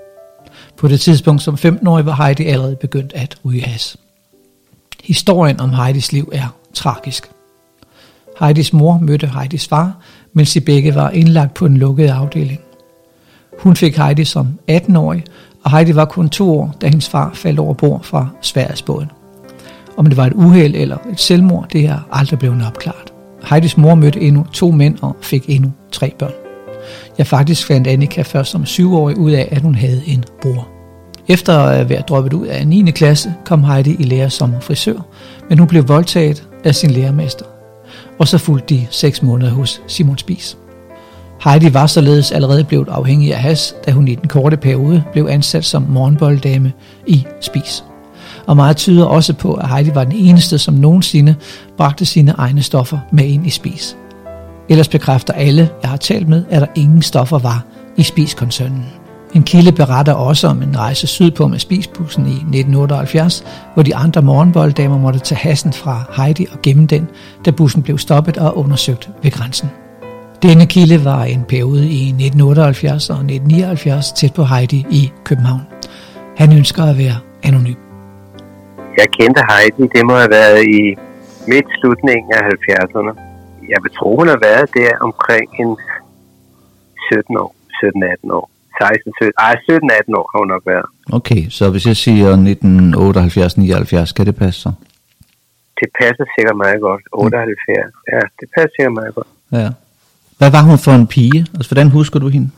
På det tidspunkt som femten-årig var Heidi allerede begyndt at ryge has. Historien om Heidis liv er tragisk. Heidis mor mødte Heidis far, mens de begge var indlagt på den lukkede afdeling. Hun fik Heidi som atten-årig, og Heidi var kun to år, da hendes far faldt over bord fra Sverigesbåden. Om det var et uheld eller et selvmord, det er aldrig blevet opklaret. Heidis mor mødte endnu to mænd og fik endnu tre børn. Jeg faktisk fandt Annika først som syvårig ud af, at hun havde en bror. Efter at være droppet ud af niende klasse, kom Heidi i lære som frisør, men hun blev voldtaget af sin lærermester. Og så fulgte de seks måneder hos Simon Spies. Heidi var således allerede blevet afhængig af has, da hun i den korte periode blev ansat som morgenbolddame i Spies. Og meget tyder også på, at Heidi var den eneste, som nogensinde bragte sine egne stoffer med ind i Spies. Ellers bekræfter alle, jeg har talt med, at der ingen stoffer var i Spies-koncernen. En kilde beretter også om en rejse sydpå med Spiesbussen i nitten otteoghalvfjerds, hvor de andre morgenbolddamer måtte tage hassen fra Heidi og gemme den, da bussen blev stoppet og undersøgt ved grænsen. Denne kilde var en periode i nitten otteoghalvfjerds og nitten nioghalvfjerds tæt på Heidi i København. Han ønsker at være anonym. Jeg kendte Heidi, det må have været i midt slutningen af halvfjerdserne. Jeg vil tro, hun har været der omkring en sytten år, sytten atten år. seksten, sytten, ej, sytten atten år har hun nok været. Okay, så hvis jeg siger nitten otteoghalvfjerds nioghalvfjerds, kan det passe så? Det passer sikkert meget godt. otteoghalvfjerds, ja, det passer sikkert meget godt. Ja. Hvad var hun for en pige? Altså, hvordan husker du hende?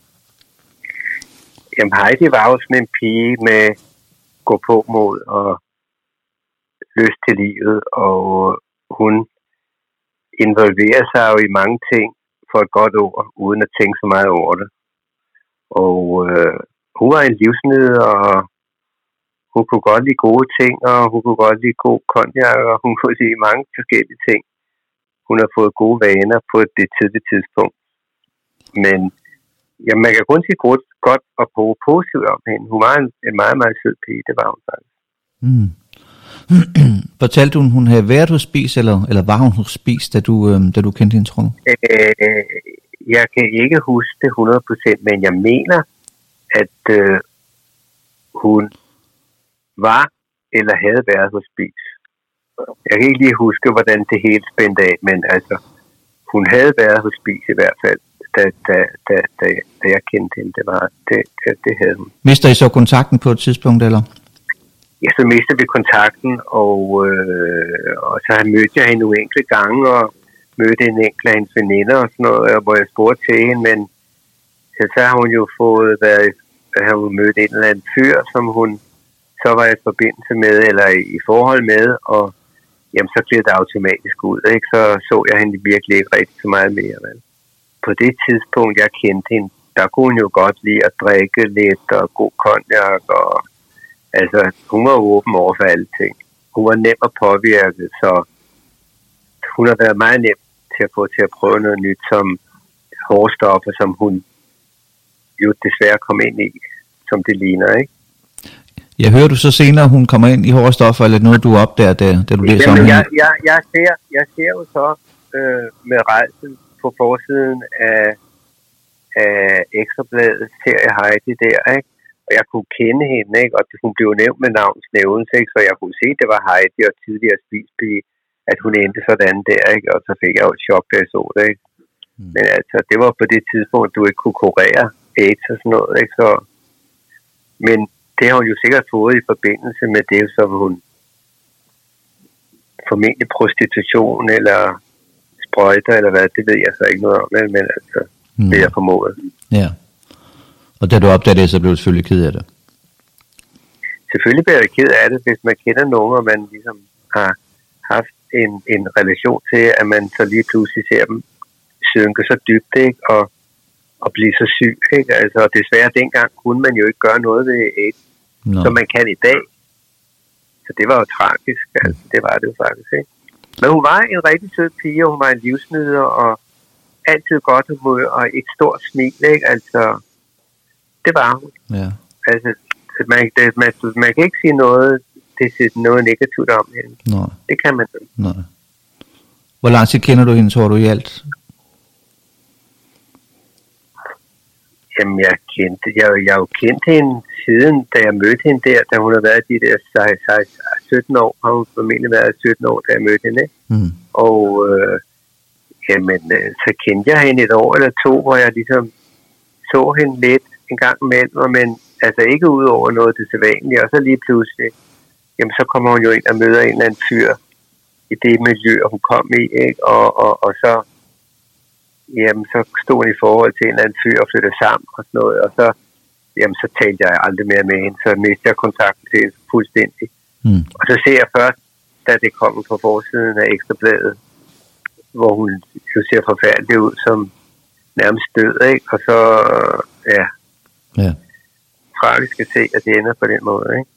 Jamen, Heidi var jo sådan en pige med gå på mod og lyst til livet, og hun involverer sig jo i mange ting for et godt ord, uden at tænke så meget over det. Og øh, hun var en livsnyder, og hun kunne godt lide gode ting, og hun kunne godt lide god konjak, og hun kunne lide mange forskellige ting. Hun har fået gode vaner på det tidlige tidspunkt. Men ja, man kan kun sige godt, godt og positivt om hende. Hun var en, en meget, meget sød pige, det var hun faktisk. Mm. Fortalte hun, hun havde været hos Spies, eller, eller var hun hos Spies, da du, øh, da du kendte hende, tror du? Øh, jeg kan ikke huske det hundrede procent, men jeg mener, at øh, hun var eller havde været hos Spies. Jeg kan ikke lige huske, hvordan det hele spændte af, men altså, hun havde været hos Spies i hvert fald, da, da, da, da, da jeg kendte hende. Det, var, det, det, det havde hun. Mister I så kontakten på et tidspunkt, eller? Ja, så mistede vi kontakten, og, øh, og så mødte jeg hende nogle enkelte gange, og mødte en enkelt af hendes veninder og sådan noget, hvor jeg spurgte til hende, men så har hun jo fået været, har hun mødt en eller anden fyr, som hun så var i forbindelse med, eller i, i forhold med, og jamen, så blev det automatisk ud, ikke? Så så jeg hende virkelig ikke rigtig så meget mere. Vel? På det tidspunkt, jeg kendte hende, der kunne hun jo godt lide at drikke lidt, og god konjak, og altså, hun var åben over for alle ting. Hun var nem at påvirke, så hun har været meget nem til at få til at prøve noget nyt, som hårstoffer, som hun jo desværre kom ind i, som det ligner, ikke? Jeg hører du så senere, hun kommer ind i hårstoffer, eller noget, du opdager, da, da du læser om hende? Jeg, jeg, jeg, ser, jeg ser jo så øh, med rejsen på forsiden af, af Ekstrabladet, serie Heidi der, ikke? Og jeg kunne kende hende, ikke? Og hun blev nævnt med navns nævnelse, ikke? Så jeg kunne se, at det var Heidi og tidligere Spiespige, at hun endte sådan der, ikke? Og så fik jeg jo et chok, da jeg så det, ikke? Mm. Men altså, det var på det tidspunkt, du ikke kunne kurere AIDS og sådan noget, ikke? Så, men det har hun jo sikkert fået i forbindelse med det, som hun formentlig prostitution eller sprøjter eller hvad, det ved jeg så ikke noget om, men altså, mm. det er jeg formodet. Ja. Og da du opdagede det, så blev du selvfølgelig ked af det? Selvfølgelig bliver jeg ked af det, hvis man kender nogen, og man ligesom har haft en, en relation til, at man så lige pludselig ser dem synke så dybt, ikke? Og, og blive så syg, ikke? Altså, desværre dengang kunne man jo ikke gøre noget ved AIDS, no. som man kan i dag. Så det var jo tragisk, altså, det var det jo faktisk, ikke? Men hun var en rigtig sød pige, og hun var en livsnyder, og altid godt humør, og et stort smil, ikke? Altså, det var hun. Ja. Altså, man, det, man, man kan ikke sige noget, det er noget negativt om hende. Nej. Det kan man ikke. Nej. Hvor lang tid kender du hende, tror du, i alt? Jamen, jeg kendte, jeg, jeg har jo kendt hende siden, da jeg mødte hende der, da hun har været de der sytten år, har hun formentlig været sytten år, da jeg mødte hende, ikke? Mm. Og, øh, jamen, så kendte jeg hende et år eller to, hvor jeg ligesom så hende lidt en gang imellem, men altså ikke ud over noget det sædvanlige, og så lige pludselig, jamen så kommer hun jo ind og møder en eller anden fyr i det miljø, hun kom i, ikke? Og, og, og så, jamen så stod hun i forhold til en eller anden fyr og flyttede sammen og sådan noget, og så, jamen så talte jeg aldrig mere med hende, så mistede jeg kontakten til hende fuldstændig. Mm. Og så ser jeg først, da det kommer på forsiden af Ekstrabladet, hvor hun jo ser forfærdelig ud som nærmest død, ikke? Og så, ja, ja. tragisk at se, at det ender på den måde, ikke?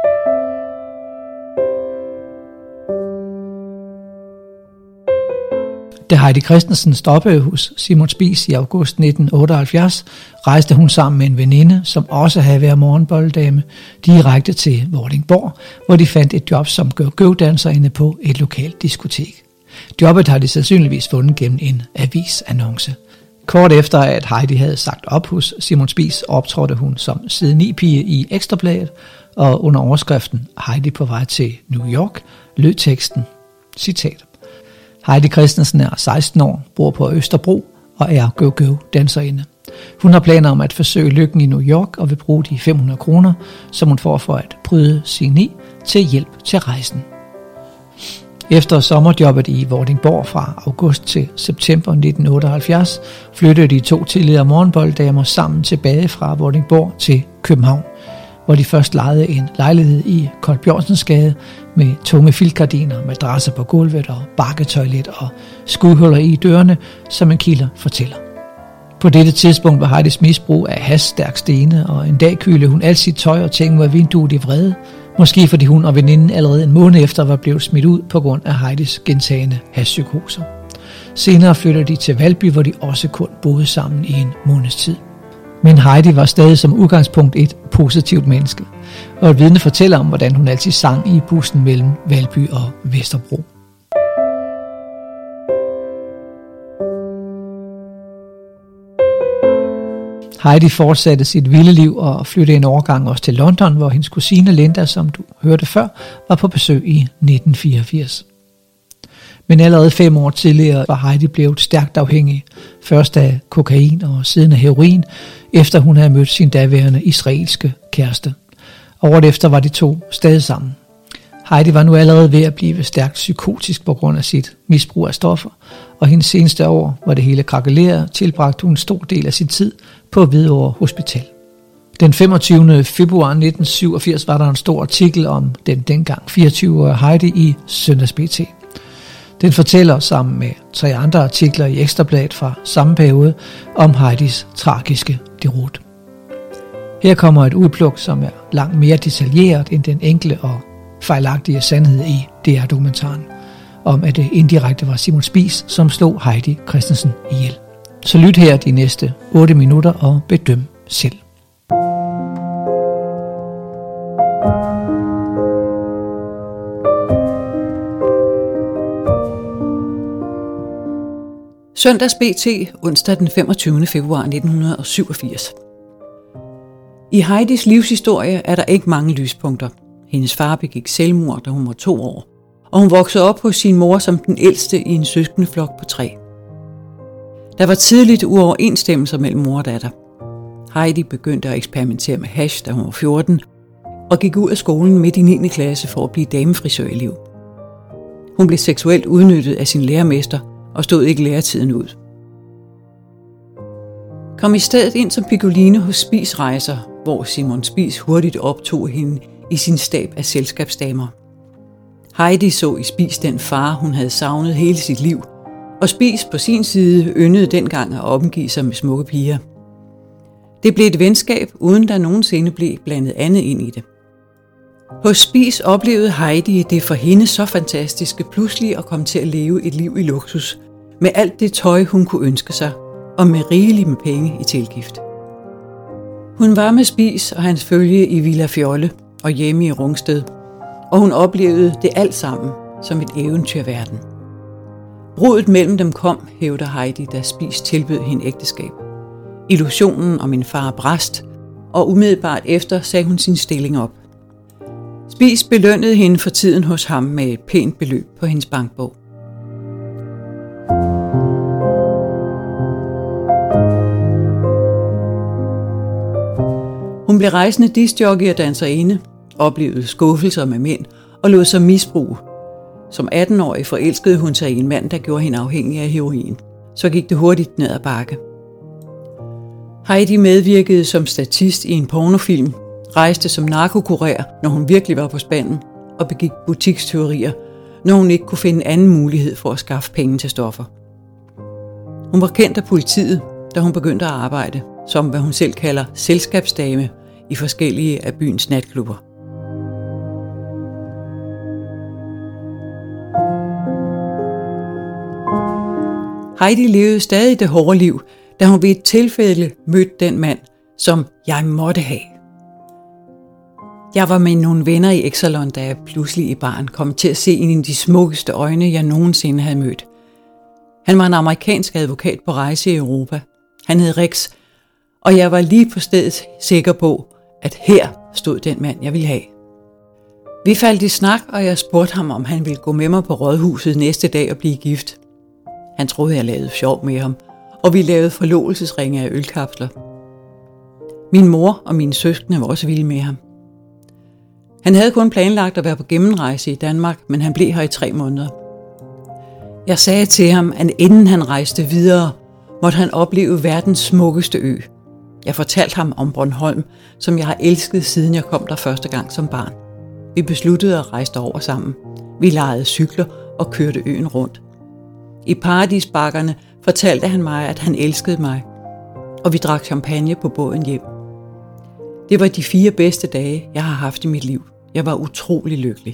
Da Heidi Christensen stoppede hos Simon Spies i august nitten otteoghalvfjerds, rejste hun sammen med en veninde, som også havde været morgenbolledame, direkte til Vordingborg, hvor de fandt et job som go-go-danserinde på et lokalt diskotek. Jobbet har de sandsynligvis fundet gennem en avisannonce. Kort efter at Heidi havde sagt op hos Simon Spies, optrådte hun som side ni-pige i Ekstrabladet, og under overskriften Heidi på vej til New York lød teksten, citat: Heidi Christensen er seksten år, bor på Østerbro og er go-go-danserinde. Hun har planer om at forsøge lykken i New York og vil bruge de fem hundrede kroner, som hun får for at bryde sin i, til hjælp til rejsen. Efter sommerjobbet i Vordingborg fra august til september nitten otteoghalvfjerds flyttede de to tidligere morgenbolddamer sammen tilbage fra Vordingborg til København, hvor de først lejede en lejlighed i Kold Bjørnsensgade med tunge filtgardiner, madrasser på gulvet og bakketoilet og skudhuller i dørene, som en kilder fortæller. På dette tidspunkt var Heidis misbrug af hash stærkt stigende, og en dag kylede hun alt sit tøj og ting ud af vinduet i vrede. Måske fordi hun og veninden allerede en måned efter var blevet smidt ud på grund af Heidis gentagende hashpsykoser. Senere flyttede de til Valby, hvor de også kun boede sammen i en måneds tid. Men Heidi var stadig som udgangspunkt et positivt menneske, og et vidne fortæller om, hvordan hun altid sang i bussen mellem Valby og Vesterbro. Heidi fortsatte sit vilde liv og flyttede en overgang også til London, hvor hendes kusine Linda, som du hørte før, var på besøg i nitten fireogfirs. Men allerede fem år tidligere var Heidi blevet stærkt afhængig, først af kokain og siden af heroin, efter hun havde mødt sin daværende israelske kæreste. Året efter var de to stadig sammen. Heidi var nu allerede ved at blive stærkt psykotisk på grund af sit misbrug af stoffer, og hendes seneste år, hvor det hele krakelerede, tilbragte hun en stor del af sin tid på Hvidovre Hospital. Den femogtyvende februar nitten syvogfirs var der en stor artikel om den dengang fireogtyve-årige Heidi i Søndags B T. Den fortæller sammen med tre andre artikler i Ekstrabladet fra samme periode om Heidis tragiske deroute. Her kommer et udpluk, som er langt mere detaljeret end den enkle og fejlagtige sandhed i D R-dokumentaren, om at det indirekte var Simon Spies, som slog Heidi Christensen ihjel. Så lyt her de næste otte minutter og bedøm selv. Søndags B T, onsdag den femogtyvende februar nitten syvogfirs. I Heidis livshistorie er der ikke mange lyspunkter. Hendes far begik selvmord, da hun var to år, og hun voksede op hos sin mor som den ældste i en søskendeflok på tre. Der var tidligt uoverensstemmelser mellem mor og datter. Heidi begyndte at eksperimentere med hash, da hun var fjorten, og gik ud af skolen midt i niende klasse for at blive damefrisørelev. Hun blev seksuelt udnyttet af sin lærermester og stod ikke læretiden ud. Kom i stedet ind som Piccoline hos Spies Rejser, hvor Simon Spies hurtigt optog hende i sin stab af selskabsdamer. Heidi så i Spies den far, hun havde savnet hele sit liv, og Spies på sin side yndede dengang at omgive sig med smukke piger. Det blev et venskab, uden der nogensinde blev blandet andet ind i det. Hos Spies oplevede Heidi det for hende så fantastiske pludselig at komme til at leve et liv i luksus, med alt det tøj, hun kunne ønske sig, og med rigeligt med penge i tilgift. Hun var med Spies og hans følge i Villa Fjolle og hjemme i Rungsted, og hun oplevede det alt sammen som et eventyrverden. Bruddet mellem dem kom, hævder Heidi, da Spies tilbød hende ægteskab. Illusionen om en far brast, og umiddelbart efter sagde hun sin stilling op. Spies belønnede hende for tiden hos ham med et pænt beløb på hendes bankbog. Hun blev rejsende discjockey og danserinde, oplevede skuffelser med mænd og lod sig misbruge. Som atten-årig forelskede hun sig i en mand, der gjorde hende afhængig af heroin. Så gik det hurtigt ned ad bakke. Heidi medvirkede som statist i en pornofilm, rejste som narkokurer, når hun virkelig var på spanden, og begik butikstyverier, når hun ikke kunne finde anden mulighed for at skaffe penge til stoffer. Hun var kendt af politiet, da hun begyndte at arbejde, som hvad hun selv kalder selskabsdame i forskellige af byens natklubber. Heidi levede stadig det hårde liv, da hun ved et tilfælde mødte den mand, som jeg måtte have. Jeg var med nogle venner i Exelon, da jeg pludselig i baren kom til at se en af de smukkeste øjne, jeg nogensinde havde mødt. Han var en amerikansk advokat på rejse i Europa. Han hed Rex, og jeg var lige på stedet sikker på, at her stod den mand, jeg ville have. Vi faldt i snak, og jeg spurgte ham, om han ville gå med mig på rådhuset næste dag og blive gift. Han troede, jeg lavede sjov med ham, og vi lavede forlovelsesringe af ølkapsler. Min mor og mine søskende var også vilde med ham. Han havde kun planlagt at være på gennemrejse i Danmark, men han blev her i tre måneder. Jeg sagde til ham, at inden han rejste videre, måtte han opleve verdens smukkeste ø. Jeg fortalte ham om Bornholm, som jeg har elsket, siden jeg kom der første gang som barn. Vi besluttede at rejse derover sammen. Vi lejede cykler og kørte øen rundt. I paradisbakkerne fortalte han mig, at han elskede mig. og vi drak champagne på båden hjem. Det var de fire bedste dage, jeg har haft i mit liv. Jeg var utrolig lykkelig.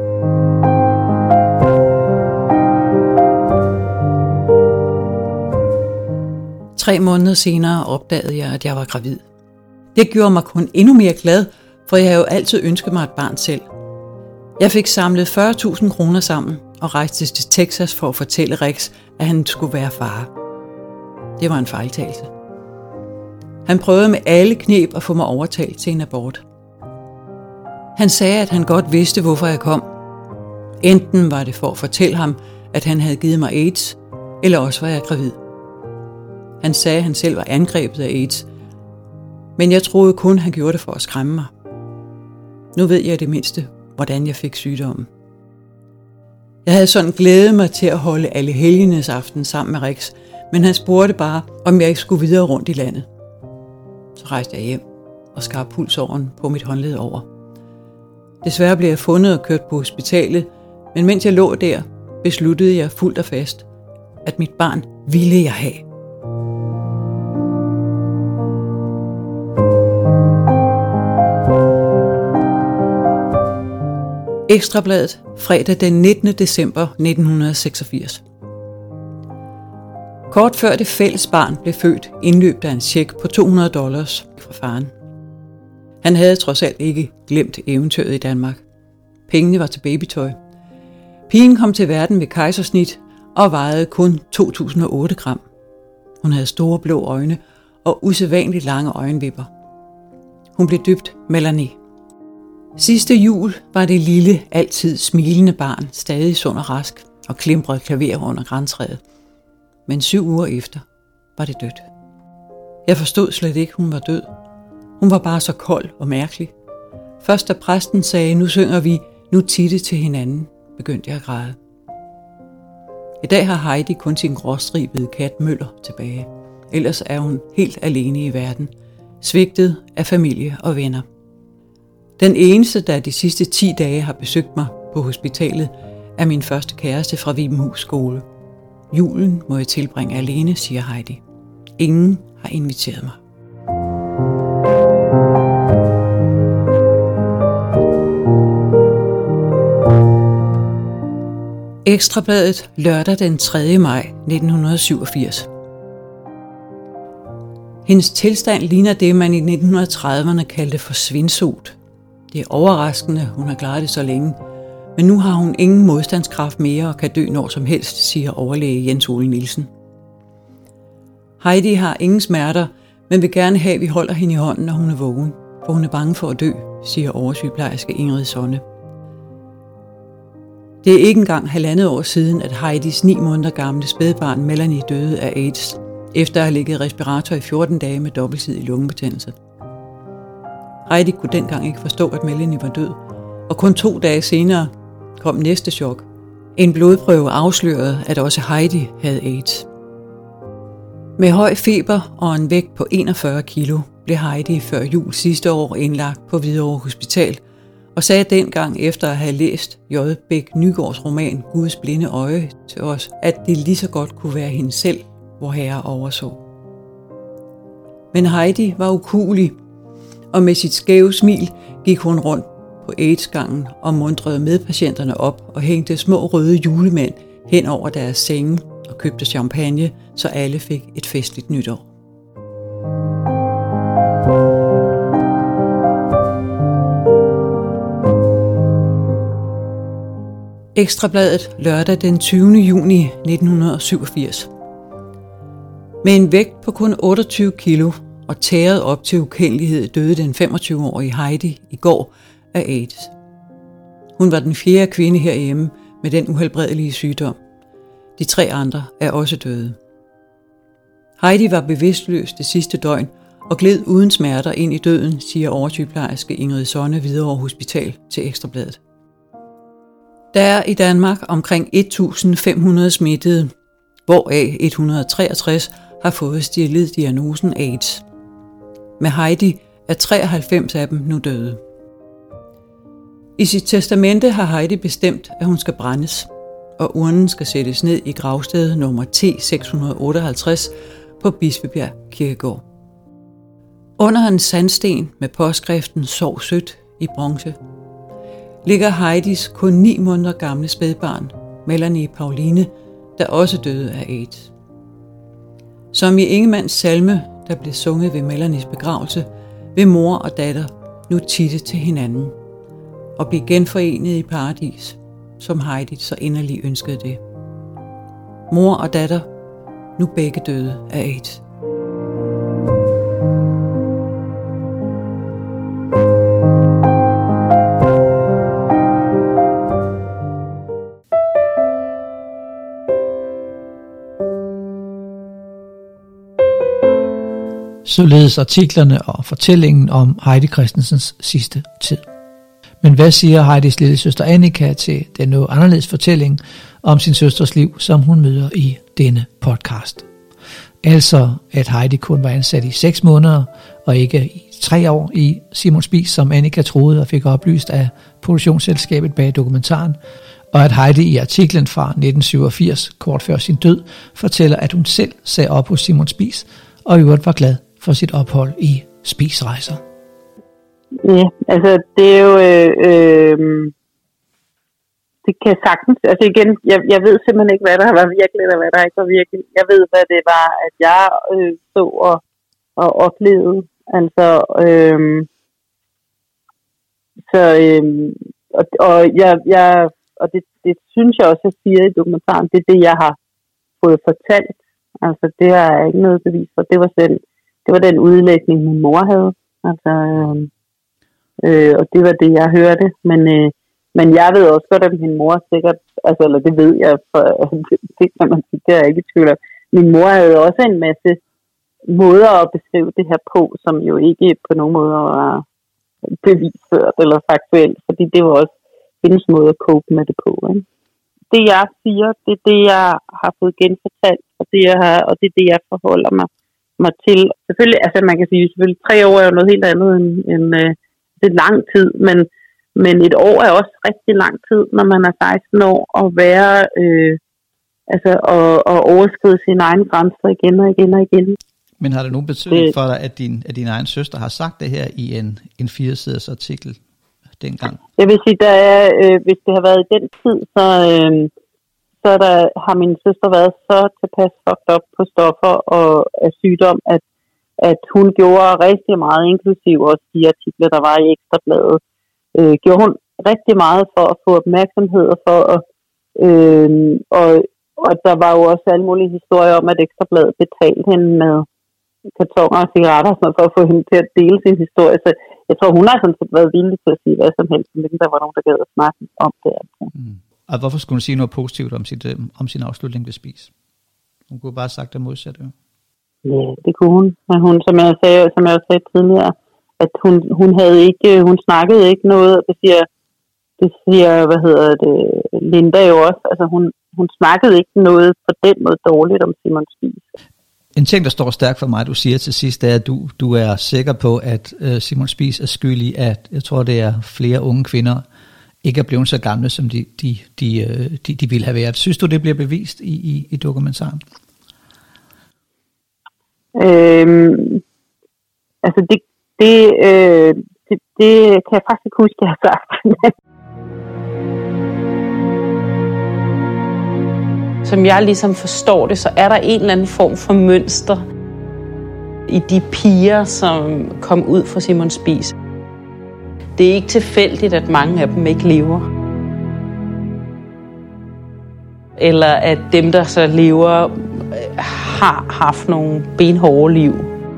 Tre måneder senere opdagede jeg, at jeg var gravid. Det gjorde mig kun endnu mere glad, for jeg havde jo altid ønsket mig et barn selv. Jeg fik samlet fyrre tusind kroner sammen og rejste til Texas for at fortælle Rex, at han skulle være far. Det var en fejltagelse. Han prøvede med alle kneb at få mig overtalt til en abort. Han sagde, at han godt vidste, hvorfor jeg kom. Enten var det for at fortælle ham, at han havde givet mig AIDS, eller også var jeg gravid. Han sagde, at han selv var angrebet af AIDS, men jeg troede kun, han gjorde det for at skræmme mig. Nu ved jeg det mindste, hvordan jeg fik sygdommen. Jeg havde sådan glædet mig til at holde alle helgenes aften sammen med Rex, men han spurgte bare, om jeg ikke skulle videre rundt i landet. Så rejste jeg hjem og skar pulsåren på mit håndled over. Desværre blev jeg fundet og kørt på hospitalet, men mens jeg lå der, besluttede jeg fuldt og fast, at mit barn ville jeg have. Ekstrabladet, fredag den nittende december nitten seksogfirs. Kort før det fælles barn blev født, indløb der en check på to hundrede dollars fra faren. Han havde trods alt ikke glemt eventyret i Danmark. Pengene var til babytøj. Pigen kom til verden ved kejsersnit og vejede kun to tusind og otte gram. Hun havde store blå øjne og usædvanligt lange øjenvipper. Hun blev døbt Melanie. Sidste jul var det lille, altid smilende barn stadig sund og rask og klimprede klaver under grantræet. Men syv uger efter var det dødt. Jeg forstod slet ikke, hun var død. Hun var bare så kold og mærkelig. Først da præsten sagde, nu synger vi, nu titte til hinanden, begyndte jeg at græde. I dag har Heidi kun sin gråstribede kat Møller tilbage. Ellers er hun helt alene i verden, svigtet af familie og venner. Den eneste, der de sidste ti dage har besøgt mig på hospitalet, er min første kæreste fra Vibenhus skole. Julen må jeg tilbringe alene, siger Heidi. Ingen har inviteret mig. Ekstrabladet, lørdag den tredje maj nitten syvogfirs. Hendes tilstand ligner det, man i nitten trediverne kaldte for svindsot. Det er overraskende, hun har klaret det så længe, men nu har hun ingen modstandskraft mere og kan dø når som helst, siger overlæge Jens Ole Nielsen. Heidi har ingen smerter, men vil gerne have, at vi holder hende i hånden, når hun er vågen, for hun er bange for at dø, siger oversygeplejerske Ingrid Sonne. Det er ikke engang halvandet år siden, at Heidis ni måneder gamle spædbarn Melanie døde af AIDS, efter at have ligget i respirator i fjorten dage med dobbeltsidig lungebetændelse. Heidi kunne dengang ikke forstå, at Melanie var død, og kun to dage senere kom næste chok. En blodprøve afslørede, at også Heidi havde AIDS. Med høj feber og en vægt på enogfyrre kilo blev Heidi før jul sidste år indlagt på Hvidovre Hospital, og sagde dengang efter at have læst J. Bæk Nygaards roman Guds blinde øje til os, at det lige så godt kunne være hende selv, hvor Herre overså. Men Heidi var ukuelig, og med sit skæve smil gik hun rundt på AIDS-gangen og mundrede medpatienterne op og hængte små røde julemænd hen over deres senge og købte champagne, så alle fik et festligt nytår. Ekstrabladet, lørdag den tyvende juni nitten syvogfirs. Med en vægt på kun otteogtyve kilo og tæret op til ukendelighed døde den femogtyve-årige Heidi i går af AIDS. Hun var den fjerde kvinde herhjemme med den uhelbredelige sygdom. De tre andre er også døde. Heidi var bevidstløs det sidste døgn og gled uden smerter ind i døden, siger oversygeplejerske Ingrid Sonne Hvidovre Hospital til Ekstrabladet. Der er i Danmark omkring et tusind fem hundrede smittede, hvoraf et hundrede og treogtres har fået stillet diagnosen AIDS. Med Heidi er treoghalvfems af dem nu døde. I sit testamente har Heidi bestemt, at hun skal brændes, og urnen skal sættes ned i gravstedet nummer T seks hundrede otteoghalvtreds på Bispebjerg Kirkegård. Under en sandsten med påskriften Sov sødt i bronze, ligger Heidis kun ni måneder gamle spædbarn, Melanie Pauline, der også døde af AIDS. Som i Ingemanns salme, der blev sunget ved Melanies begravelse, vil mor og datter nu titte til hinanden og blive genforenet i paradis, som Heidi så inderligt ønskede det. Mor og datter, nu begge døde af AIDS. Således artiklerne og fortællingen om Heidi Christensens sidste tid. Men hvad siger Heidis lille søster Annika til den noget anderledes fortælling om sin søsters liv, som hun møder i denne podcast? Altså, at Heidi kun var ansat i seks måneder, og ikke i tre år i Simon Spies, som Annika troede og fik oplyst af produktionsselskabet bag dokumentaren, og at Heidi i artiklen fra nitten syvogfirs, kort før sin død, fortæller, at hun selv sagde op hos Simon Spies, og i øvrigt var glad for sit ophold i Spies-rejser. Ja, altså det er jo, øh, øh, det kan sagtens, altså igen, jeg, jeg ved simpelthen ikke, hvad der var virkelig, eller hvad der ikke var virkelig. Jeg ved, hvad det var, at jeg øh, så og, og oplevede, altså, øh, så, øh, og, og jeg, jeg og det, det synes jeg også, jeg siger i dokumentaren, det er det, jeg har fået fortalt. Altså, det har jeg ikke noget bevis for. Det var, den, det var den udlægning, min mor havde. Altså, øh, øh, og det var det, jeg hørte. Men, øh, men jeg ved også godt, at min mor sikkert, altså, eller det ved jeg, for det, det kan man sige, det er jeg ikke i tvivl om. Min mor havde også en masse måder at beskrive det her på, som jo ikke på nogen måde var bevisført eller faktuelt, fordi det var også hendes måde at cope med det på, ikke? Det jeg siger, det er det jeg har fået genfortalt, og det jeg har, og det er det jeg forholder mig, mig til. Selvfølgelig, altså man kan sige, selvfølgelig tre år er jo noget helt andet end, end øh, det er lang tid, men, men et år er også rigtig lang tid, når man er seksten år, og være, øh, altså og, og overskride sine egne grænser igen og igen og igen. Men har det nogen betydning for dig, at din, at din egen søster har sagt det her i en, en fire-siders artikel dengang? Jeg vil sige, der er, øh, hvis det har været i den tid, så, øh, så der, har min søster været så tilpas fucked op på stoffer og af sygdom, at, at hun gjorde rigtig meget, inklusive også de artikler, der var i Ekstrabladet, øh, gjorde hun rigtig meget for at få opmærksomhed og for at, øh, og, og der var jo også alle mulige historier om, at Ekstrabladet betalte hende med kartoner og cigaretter og sådan noget, for at få hende til at dele sin historie. Så jeg tror, hun har sådan set været villig til at sige hvad som helst, men der var nogen, der gad at snakke om det. Altså. Mm. Og hvorfor skulle hun sige noget positivt om, sit, om sin afslutning ved Spies? Hun kunne bare have sagt det modsatte. Ja, det kunne hun. Men hun, som jeg sagde, som jeg også sagde tidligere, at hun, hun havde ikke, hun snakkede ikke noget, og det siger, det siger, hvad hedder det, Linda jo også, altså hun, hun snakkede ikke noget på den måde dårligt om Simon Spies. En ting, der står stærkt for mig, du siger til sidst, er, at du, du er sikker på, at uh, Simon Spies er skyldig, at jeg tror, det er flere unge kvinder, ikke er blevet så gamle, som de, de, de, de, de ville have været. Synes du, det bliver bevist i, i, i dokumentaren? Øhm, altså, det, det, øh, det, det kan jeg faktisk ikke huske, jeg har sagt. Som jeg ligesom forstår det, så er der en eller anden form for mønster i de piger, som kom ud fra Simon Spies. Det er ikke tilfældigt, at mange af dem ikke lever. Eller at dem, der så lever, har haft nogle benhårde liv.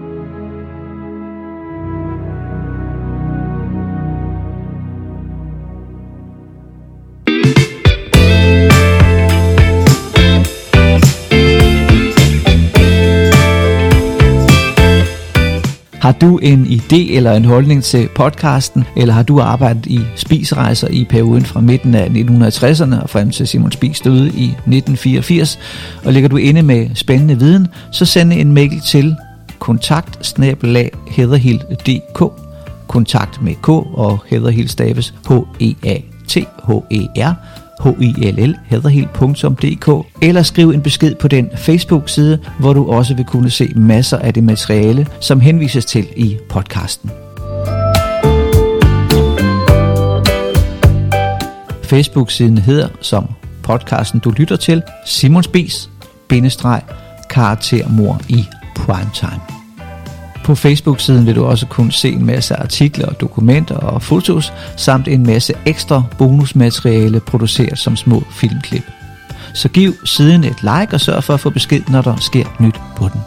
Har du en idé eller en holdning til podcasten, eller har du arbejdet i Spies-rejser i perioden fra midten af nitten tresserne og frem til Simon Spies døde i nitten fireogfirs, og ligger du inde med spændende viden, så send en mail til kontakt bindestreg heatherhild punktum d k, kontakt med K, og Heatherhild staves H E A T H E R, H I L L, hedderhild punktum d k, eller skriv en besked på den Facebook-side, hvor du også vil kunne se masser af det materiale, som henvises til i podcasten. Facebook-siden hedder, som podcasten du lytter til, Simon Spies bindestreg karaktermor i primetime. På Facebook-siden vil du også kunne se en masse artikler, dokumenter og fotos, samt en masse ekstra bonusmateriale produceret som små filmklip. Så giv siden et like og sørg for at få besked, når der sker nyt på den.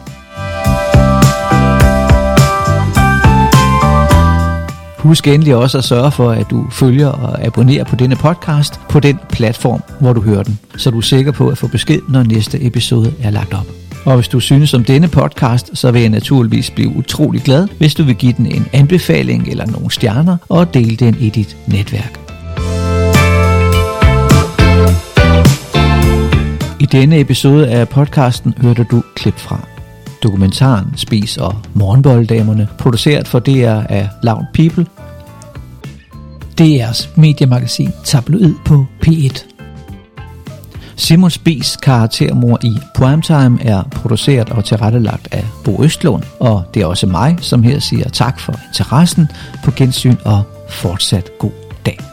Husk endelig også at sørge for, at du følger og abonnerer på denne podcast på den platform, hvor du hører den, så du er sikker på at få besked, når næste episode er lagt op. Og hvis du synes om denne podcast, så vil jeg naturligvis blive utrolig glad, hvis du vil give den en anbefaling eller nogle stjerner og dele den i dit netværk. I denne episode af podcasten hørte du klip fra dokumentaren Spis og Morgenbolledamerne, produceret for D R af Loud People. D R's mediemagasin Tabloid på P et. Simon Spies karaktermor i primetime er produceret og tilrettelagt af Bo Østlund, og det er også mig, som her siger tak for interessen, på gensyn og fortsat god dag.